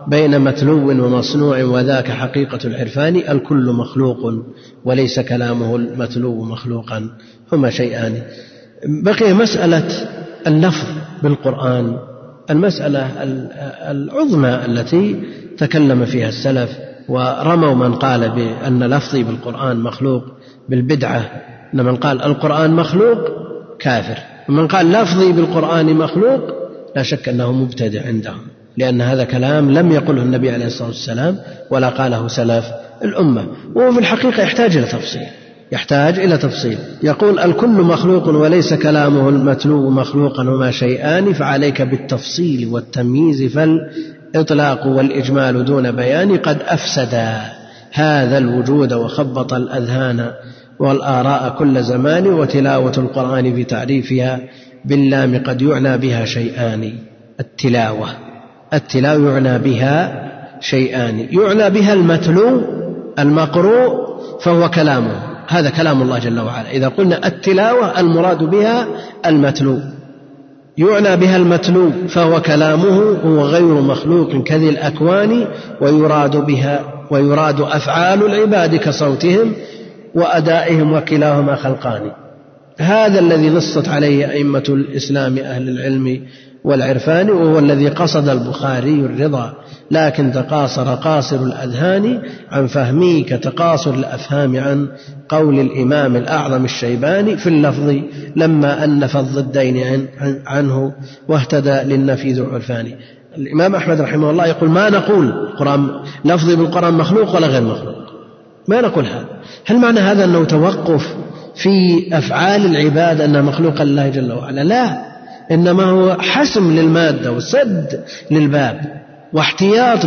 بين متلو ومصنوع وذاك حقيقة العرفان. الكل مخلوق وليس كلامه المتلو مخلوقا، هما شيئان. بقي مسألة اللفظ بالقرآن، المسألة العظمى التي تكلم فيها السلف ورموا من قال بأن لفظي بالقرآن مخلوق بالبدعة، أن من قال القرآن مخلوق كافر، ومن قال لفظي بالقرآن مخلوق لا شك أنه مبتدع عندهم، لأن هذا كلام لم يقله النبي عليه الصلاة والسلام ولا قاله سلف الأمة، وهو في الحقيقة يحتاج إلى تفصيل. يقول الكل مخلوق وليس كلامه المتلو مخلوقا هما شيئان، فعليك بالتفصيل والتمييز، فالإطلاق والإجمال دون بيان قد أفسدا هذا الوجود وخبط الأذهان والآراء كل زمان. وتلاوة القرآن في تعريفها باللام قد يعنى بها شيئان. التلاوة يعنى بها شيئان، يعنى بها المتلو المقروء فهو كلامه، هذا كلام الله جل وعلا. إذا قلنا التلاوة المراد بها المتلو، يعنى بها المتلو فهو كلامه، هو غير مخلوق كذي الأكوان، ويراد أفعال العباد كصوتهم وأدائهم وكلاهما خلقان. هذا الذي نصت عليه أئمة الإسلام أهل العلم والعرفان، وهو الذي قصد البخاري الرضا، لكن تقاصر قاصر الأذهان عن فهمه كتقاصر الأفهام عن قول الإمام الأعظم الشيباني في اللفظ لما أنف الضدين عنه واهتدى للنفي ذو عرفان. الإمام أحمد رحمه الله يقول ما نقول لفظي بالقرآن مخلوق ولا غير مخلوق، ما نقول هذا. هل معنى هذا أنه توقف في أفعال العباد أنها مخلوقة لله جل وعلا؟ لا، إنما هو حسم للمادة وسد للباب واحتياط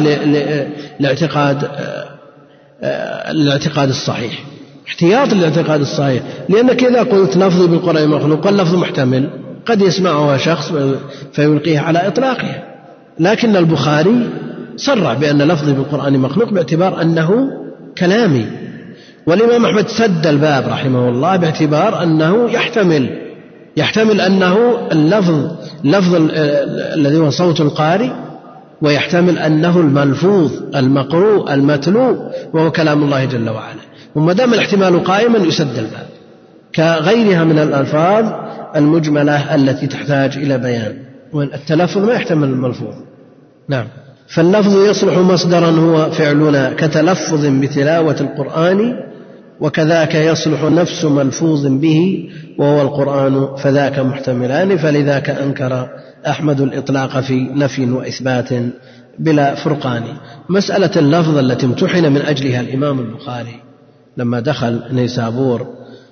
للاعتقاد الصحيح، احتياط للاعتقاد الصحيح. لأنك إذا قلت لفظي بالقرآن مخلوق واللفظ محتمل قد يسمعها شخص فيلقيه على إطلاقها، لكن البخاري صرح بأن لفظي بالقرآن مخلوق باعتبار أنه كلامي، والإمام أحمد سد الباب رحمه الله باعتبار أنه يحتمل أنه اللفظ الذي هو صوت القارئ، ويحتمل أنه الملفوظ المقروء المتلو وهو كلام الله جل وعلا. وما دام الاحتمال قائما يسد الباب كغيرها من الألفاظ المجملة التي تحتاج إلى بيان، والتلفظ ما يحتمل الملفوظ. نعم. فاللفظ يصلح مصدرا هو فعلنا كتلفظ بتلاوة القرآن، وكذاك يصلح نفس ملفوظ به وهو القرآن، فذاك محتملان. فلذاك أنكر أحمد الإطلاق في نفي وإثبات بلا فرقان. مسألة اللفظ التي امتحن من أجلها الإمام البخاري لما دخل نيسابور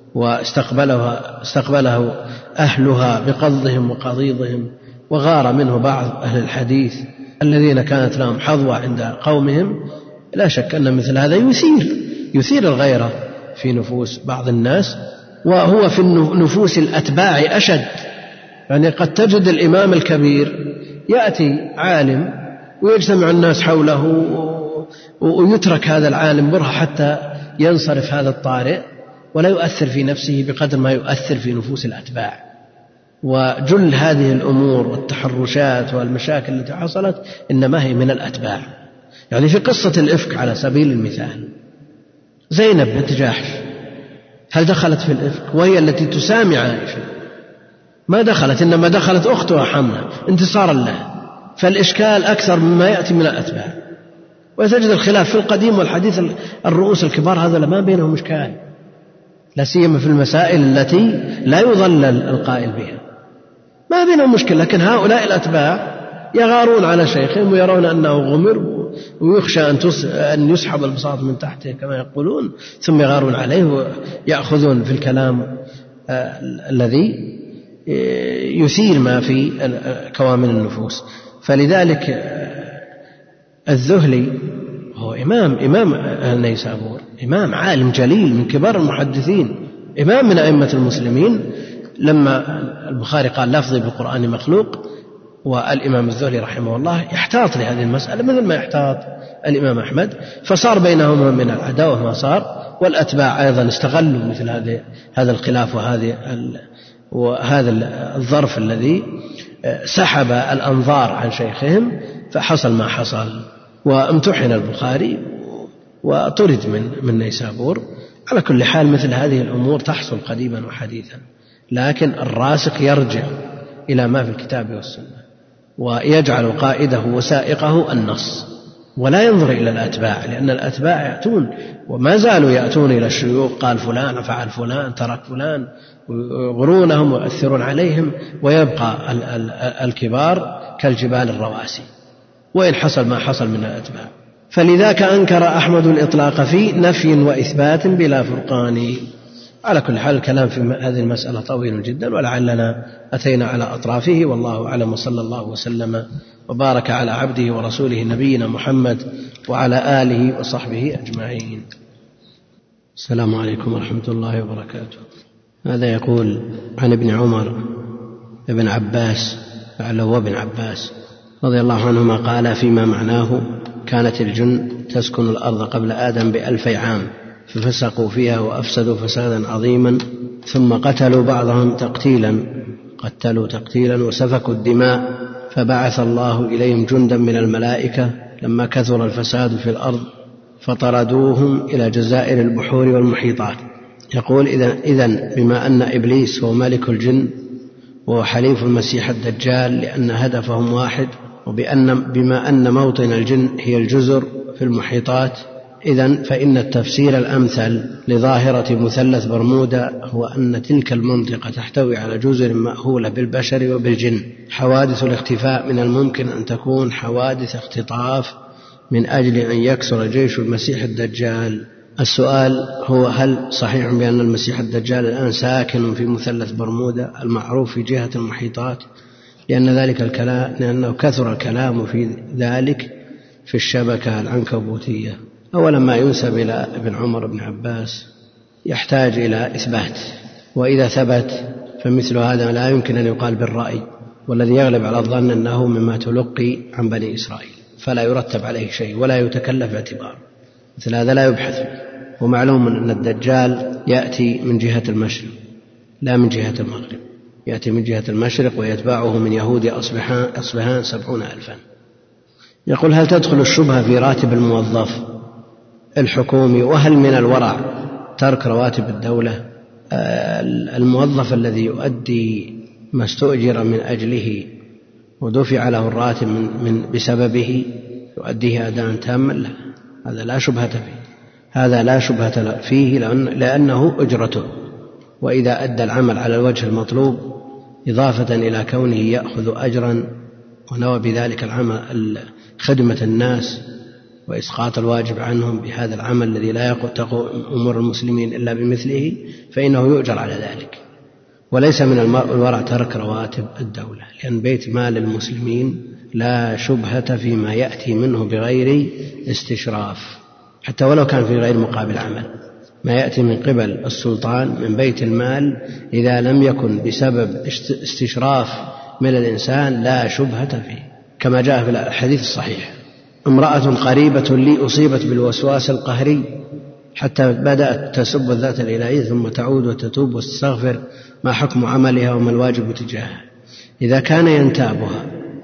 واستقبله أهلها بقضهم وقضيضهم، وغار منه بعض أهل الحديث الذين كانت لهم حظوة عند قومهم، لا شك أن مثل هذا يثير الغيرة في نفوس بعض الناس، وهو في نفوس الأتباع أشد. يعني قد تجد الإمام الكبير يأتي عالم ويجتمع الناس حوله ويترك هذا العالم برهة حتى ينصرف هذا الطارئ، ولا يؤثر في نفسه بقدر ما يؤثر في نفوس الأتباع. وجل هذه الأمور والتحرشات والمشاكل التي حصلت إنما هي من الأتباع. يعني في قصة الإفك على سبيل المثال، زينب بنت جحش هل دخلت في الإفك وهي التي تسامع عائشة؟ ما دخلت، إنما دخلت أختها حمنا انتصارا لها. فالإشكال أكثر مما يأتي من الأتباع. وتجد الخلاف في القديم والحديث، الرؤوس الكبار هذا ما بينهم إشكال، لا سيما في المسائل التي لا يضلل القائل بها، ما بينهم مشكلة. لكن هؤلاء الأتباع يغارون على شيخهم ويرون أنه غمر ويخشى أن يسحب البساط من تحته كما يقولون، ثم يغارون عليه ويأخذون في الكلام الذي يثير ما في كوامن النفوس. فلذلك الذهلي هو إمام نيسابور، إمام عالم جليل من كبار المحدثين، إمام من أئمة المسلمين. لما البخاري قال لفظي بالقرآن مخلوق، والإمام الذهلي رحمه الله يحتاط لهذه المسألة مثل ما يحتاط الإمام أحمد، فصار بينهما من العداوة ما صار. والأتباع أيضا استغلوا مثل هذا الخلاف وهذا الظرف الذي سحب الأنظار عن شيخهم، فحصل ما حصل. وامتحن البخاري وطرد من نيسابور. على كل حال مثل هذه الأمور تحصل قديما وحديثا، لكن الراسخ يرجع إلى ما في الكتاب والسنة ويجعل قائده وسائقه النص، ولا ينظر إلى الأتباع، لأن الأتباع يأتون وما زالوا يأتون إلى الشيوخ قال فلان فعل فلان ترك فلان ويغرونهم ويؤثرون عليهم، ويبقى الكبار كالجبال الرواسي وإن حصل ما حصل من الأتباع. فلذاك أنكر أحمد الإطلاق في نفي وإثبات بلا فرقان. على كل حال الكلام في هذه المسألة طويل جدا، ولعلنا أتينا على أطرافه، والله أعلم، وصلى الله وسلم وبارك على عبده ورسوله نبينا محمد وعلى آله وصحبه أجمعين. السلام عليكم ورحمة الله وبركاته. هذا يقول عن ابن عمر ابن عباس لعله ابن عباس رضي الله عنهما قال فيما معناه: كانت الجن تسكن الأرض قبل آدم ب1000 عام، ففسقوا فيها وأفسدوا فسادا عظيما، ثم قتلوا بعضهم تقتيلا وسفكوا الدماء، فبعث الله إليهم جندا من الملائكة لما كثر الفساد في الأرض فطردوهم إلى جزائر البحور والمحيطات. يقول إذن بما أن إبليس هو ملك الجن وهو حليف المسيح الدجال لأن هدفهم واحد، بما أن موطن الجن هي الجزر في المحيطات، إذن فإن التفسير الأمثل لظاهرة مثلث برمودا هو أن تلك المنطقة تحتوي على جزر مأهولة بالبشر وبالجن. حوادث الاختفاء من الممكن أن تكون حوادث اختطاف من أجل أن يكسر جيش المسيح الدجال. السؤال هو: هل صحيح بأن المسيح الدجال الآن ساكن في مثلث برمودا المعروف في جهة المحيطات؟ لأنه كثر الكلام في ذلك في الشبكة العنكبوتية. أولا ما ينسب إلى ابن عمر بن عباس يحتاج إلى إثبات، وإذا ثبت فمثل هذا لا يمكن أن يقال بالرأي، والذي يغلب على الظن أنه مما تلقي عن بني إسرائيل فلا يرتب عليه شيء ولا يتكلف اعتبار، مثل هذا لا يبحث. ومعلوم أن الدجال يأتي من جهة المشرق لا من جهة المغرب، يأتي من جهة المشرق ويتبعه من يهود أصبهان 70,000. يقول: هل تدخل الشبهة في راتب الموظف الحكومي؟ وهل من الورع ترك رواتب الدولة؟ الموظف الذي يؤدي ما استؤجر من أجله ودفع له الراتب بسببه يؤديه أداء تاما، هذا لا شبهة فيه لأنه أجرته، وإذا أدى العمل على الوجه المطلوب إضافة إلى كونه يأخذ أجرا ونوى بذلك العمل خدمة الناس وإسقاط الواجب عنهم بهذا العمل الذي لا تقوم أمور المسلمين إلا بمثله، فإنه يؤجر على ذلك. وليس من الورع ترك رواتب الدولة، لأن بيت مال المسلمين لا شبهة فيما يأتي منه بغير استشراف، حتى ولو كان في غير مقابل عمل. ما يأتي من قبل السلطان من بيت المال إذا لم يكن بسبب استشراف من الإنسان لا شبهة فيه، كما جاء في الحديث الصحيح: امرأة قريبة لي أصيبت بالوسواس القهري حتى بدأت تسب الذات الإلهية ثم تعود وتتوب وتستغفر، ما حكم عملها وما الواجب تجاهها؟ إذا كان ينتابها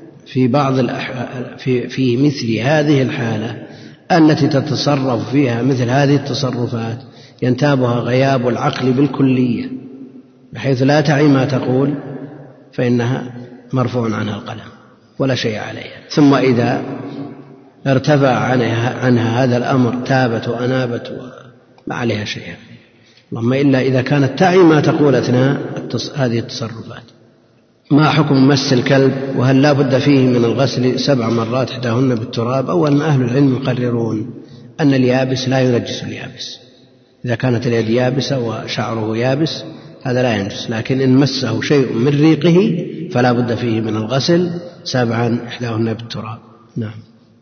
في مثل هذه الحالة التي تتصرف فيها مثل هذه التصرفات، ينتابها غياب العقل بالكلية بحيث لا تعي ما تقول، فإنها مرفوع عنها القلم ولا شيء عليها. ثم إذا ارتفع عنها هذا الأمر تابت وأنابت وما عليها شيء، اللهم إلا إذا كانت تعي ما تقول أثناء هذه التصرفات. ما حكم مس الكلب؟ وهل لا بد فيه من الغسل 7 مرات إحداهن بالتراب؟ أولا أهل العلم يقررون أن اليابس لا ينجس اليابس، إذا كانت اليد يابسة وشعره يابس هذا لا ينجس، لكن إن مسه شيء من ريقه فلا بد فيه من الغسل 7 إحداهن بالتراب. نعم.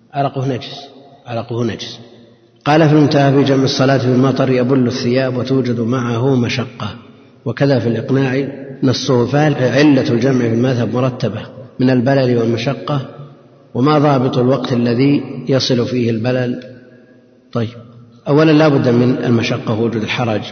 عرقه نجس. قال في المنتهى: في جمع الصلاة في المطر يبل الثياب وتوجد معه مشقة، وكذا في الإقناع نصه. فعلة الجمع في المذهب مرتبة من البلل والمشقة، وما ضابط الوقت الذي يصل فيه البلل؟ طيب، أولا لا بد من المشقة ووجود الحرج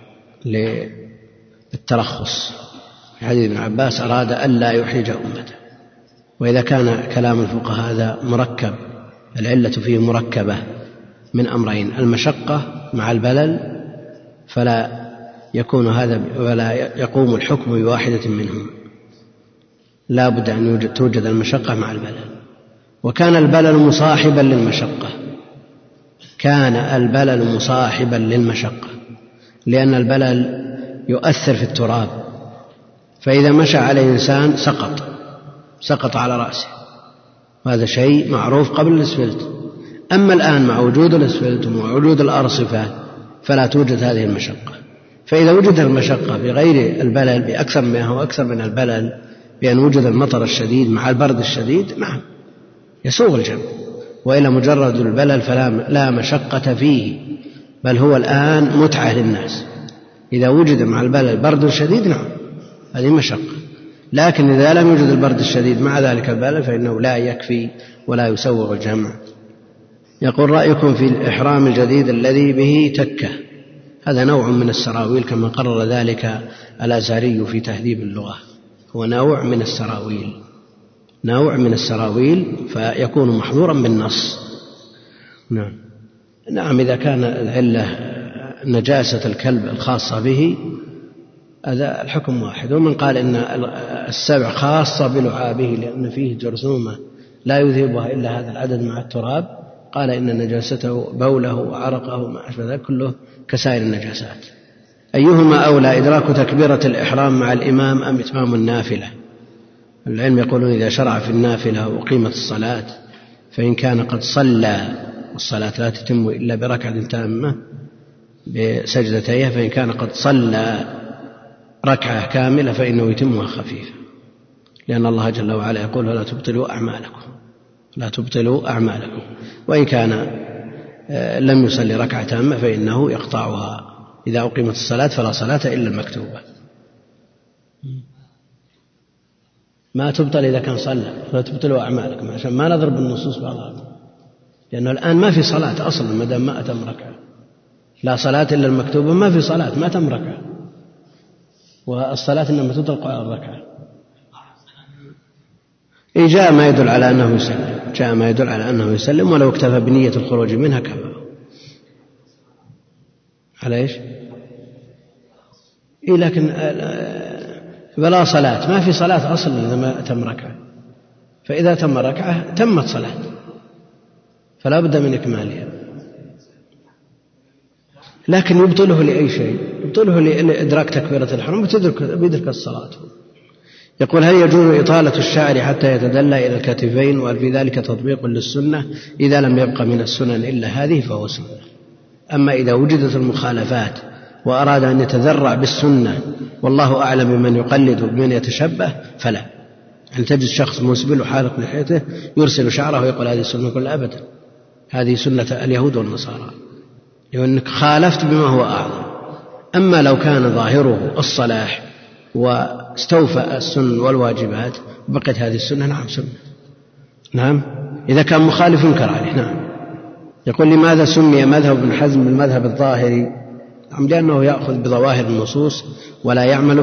للترخص. حديث ابن عباس أراد ألا يحرج أمته، وإذا كان كلام الفقهاء هذا مركب العلة فيه مركبة من أمرين: المشقة مع البلل، فلا يكون هذا ولا يقوم الحكم بواحدة منهم، لا بد أن توجد المشقة مع البلل. وكان البلل مصاحبا للمشقة، كان البلل مصاحبا للمشقة، لأن البلل يؤثر في التراب، فإذا مشى عليه إنسان سقط على رأسه، وهذا شيء معروف قبل الإسفلت. أما الآن مع وجود الإسفلت ومع وجود الأرصفة فلا توجد هذه المشقة. فإذا وجد المشقة بغير البلل بأكثر منها وأكثر من البلل، بأن وجد المطر الشديد مع البرد الشديد، نعم يسوغ الجمع. وإلا مجرد البلل فلا مشقة فيه، بل هو الآن متعة للناس. إذا وجد مع البلل برد شديد، نعم هذه مشقة، لكن إذا لم يوجد البرد الشديد مع ذلك البلل فإنه لا يكفي ولا يسوغ الجمع. يقول: رأيكم في الإحرام الجديد الذي به تكة؟ هذا نوع من السراويل كما قرر ذلك الأزهري في تهذيب اللغة، هو نوع من السراويل فيكون محظورا بالنص. نعم إذا كان العلة نجاسة الكلب الخاصة به هذا الحكم واحد. ومن قال إن السبع خاصة بلعابه لأن فيه جرثومة لا يذهبها إلا هذا العدد مع التراب، قال إن نجاسته بوله وعرقه وما أشبه ذلك كله كسائر النجاسات. أيهما أولى، إدراك تكبيرة الإحرام مع الإمام أم إتمام النافلة؟ العلم يقولون إذا شرع في النافلة وقيمت الصلاة فإن كان قد صلى، والصلاة لا تتم إلا بركعة تامة بسجدتيها، فإن كان قد صلى ركعة كاملة فإنه يتمها خفيفة، لأن الله جل وعلا يقول: لا تبطلوا أعمالكم. وإن كان لم يصلي ركعة تامة فإنه يقطعها. إذا أقيمت الصلاة فلا صلاة إلا المكتوبة، ما تبطل إذا كان صلى. لا تبطلوا أعمالكم، عشان ما نضرب النصوص بعضها، لأنه الآن ما في صلاة أصلا ما دام ما أتم ركعة، لا صلاة إلا المكتوبة، ما في صلاة ما تم ركعة، والصلاة إنما تطلق على الركعة. جاء ما يدل على أنه يسلم، ولو اكتفى بنية الخروج منها كفى. على إيش؟ لكن بلا صلاة، ما في صلاة أصلا إذا ما تم ركعة، فإذا تم ركعة تمت صلاة، فلا بد من إكمالها. لكن يبطله لأي شيء، يبطله لإدراك تكبيرة الحرم بيدرك الصلاة. يقول: هل يجوز إطالة الشعر حتى يتدلى إلى الكتفين، وهل في ذلك تطبيق للسنة؟ إذا لم يبقى من السنن إلا هذه فهو سنة. أما إذا وجدت المخالفات وأراد أن يتذرع بالسنة والله أعلم بمن يقلد وبمن يتشبه فلا. أن تجد شخص مسبل وحالق لحيته يرسل شعره ويقول هذه السنة، كل أبدا هذه سنة اليهود والنصارى، لأنك خالفت بما هو أعظم. أما لو كان ظاهره الصلاح واستوفى السنن والواجبات بقيت هذه السنة، نعم سنة. نعم إذا كان مخالف ينكر عليه. نعم. يقول: لماذا سمي مذهب ابن حزم بالمذهب الظاهري؟ لأنه يأخذ بظواهر النصوص ولا يعمل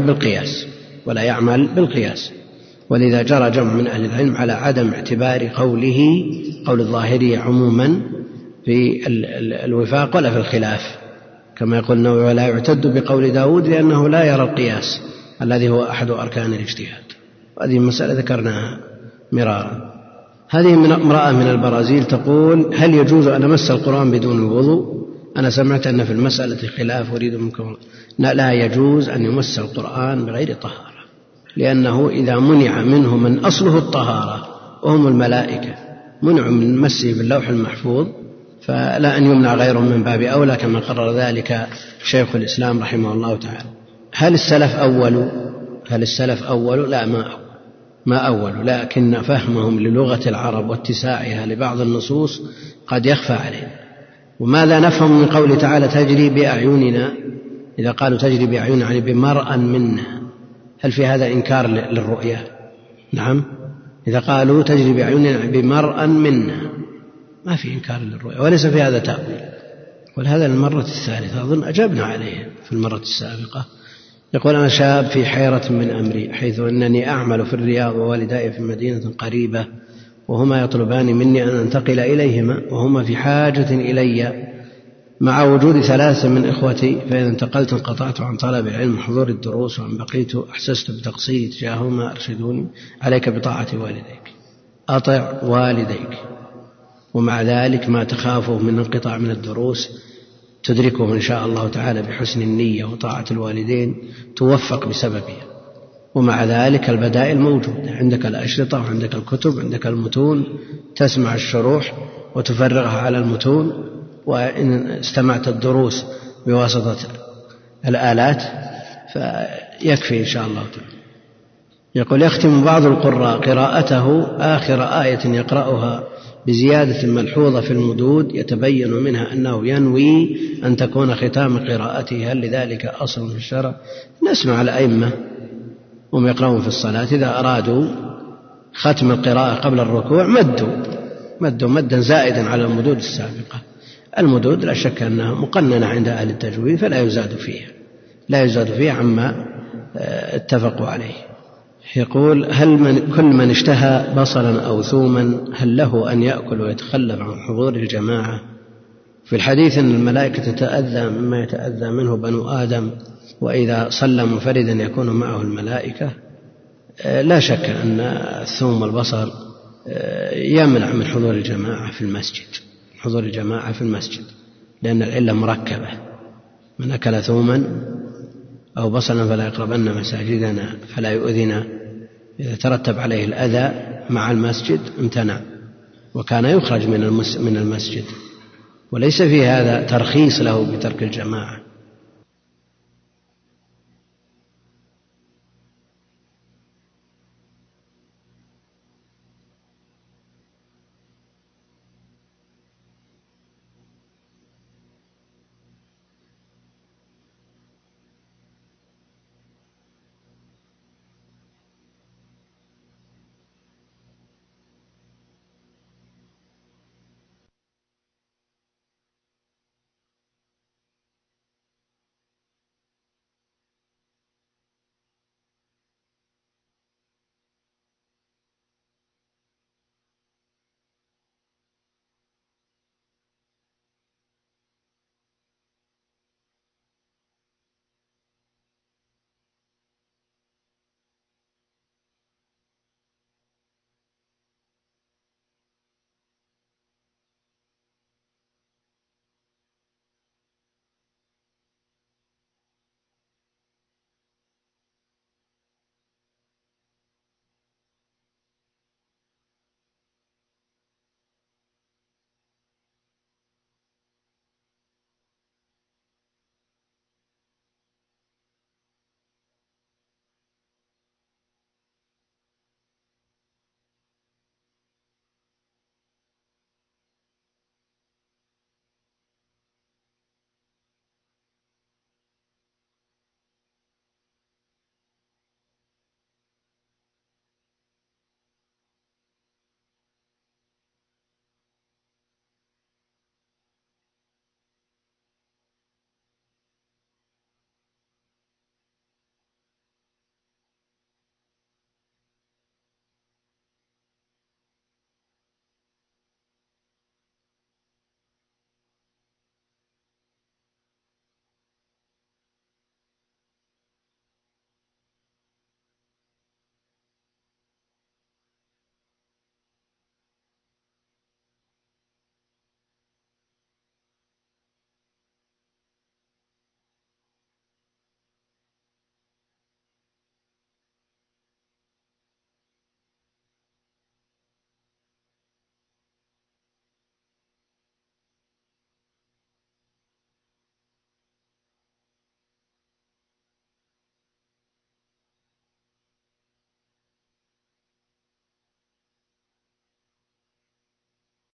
بالقياس، ولذا جرى جمع من أهل العلم على عدم اعتبار قول الظاهري عموما في الوفاق ولا في الخلاف، كما يقول النووي: ولا يعتد بقول داود لأنه لا يرى القياس الذي هو أحد أركان الاجتهاد. وهذه مسألة ذكرناها مرارا. هذه من امرأة من البرازيل تقول: هل يجوز أن أمس القرآن بدون الوضوء؟ أنا سمعت أن في المسألة خلاف، أريد منكم. لا يجوز أن يمس القرآن بغير طهارة، لأنه إذا منع منه من أصله الطهارة وهم الملائكة منع من مسه باللوح المحفوظ، فلا أن يمنع غيره من باب أولى، كما قرر ذلك شيخ الإسلام رحمه الله تعالى. هل السلف أول؟ لا، ما أول، لكن فهمهم للغة العرب واتساعها لبعض النصوص قد يخفى عليهم. وماذا نفهم من قول تعالى تجري بأعيننا؟ إذا قالوا تجري بأعيننا يعني بمرأ منا، هل في هذا إنكار للرؤية؟ نعم. إذا قالوا تجري بأعيننا بمرأ منا ما في إنكار للرؤية، وليس في هذا تأويل. ولهذا المرة الثالثة أظن أجبنا عليه في المرة السابقة. يقول: أنا شاب في حيرة من أمري، حيث أنني أعمل في الرياض ووالداي في مدينة قريبة، وهما يطلبان مني أن أنتقل إليهما وهما في حاجة إلي مع وجود 3 من إخوتي، فإذا انتقلت انقطعت عن طلب العلم وحضور الدروس، وإن بقيت أحسست بتقصيري تجاههما أرشدوني. عليك بطاعة والديك، أطع والديك، ومع ذلك ما تخافه من انقطاع من الدروس تدركه إن شاء الله تعالى بحسن النية وطاعة الوالدين توفق بسببها. ومع ذلك البدائل موجودة، عندك الأشرطة وعندك الكتب، عندك المتون، تسمع الشروح وتفرغها على المتون، وإن استمعت الدروس بواسطة الآلات فيكفي إن شاء الله تعالى. يقول: يختم بعض القراء قراءته آخر آية يقرأها بزيادة ملحوظة في المدود يتبين منها أنه ينوي أن تكون ختام قراءته، هل لذلك أصل في الشرع؟ نسمع الأئمة هم يقرؤون في الصلاة إذا أرادوا ختم القراءة قبل الركوع مدوا مدا زائدا على المدود السابقة. المدود لا شك أنها مقننة عند أهل التجويد فلا يزاد فيها عما اتفقوا عليه. يقول: هل كل من اشتهى بصلا أو ثوما هل له أن يأكل ويتخلف عن حضور الجماعة؟ في الحديث أن الملائكة تتأذى مما يتأذى منه بنو آدم، وإذا صلى منفردا يكون معه الملائكة. لا شك أن الثوم والبصل يمنع من حضور الجماعة في المسجد، لأن العلة مركبة: من أكل ثوما أو بصلا فلا يقربن مساجدنا فلا يؤذنا. إذا ترتب عليه الأذى مع المسجد امتنع، وكان يخرج من المسجد، وليس في هذا ترخيص له بترك الجماعة،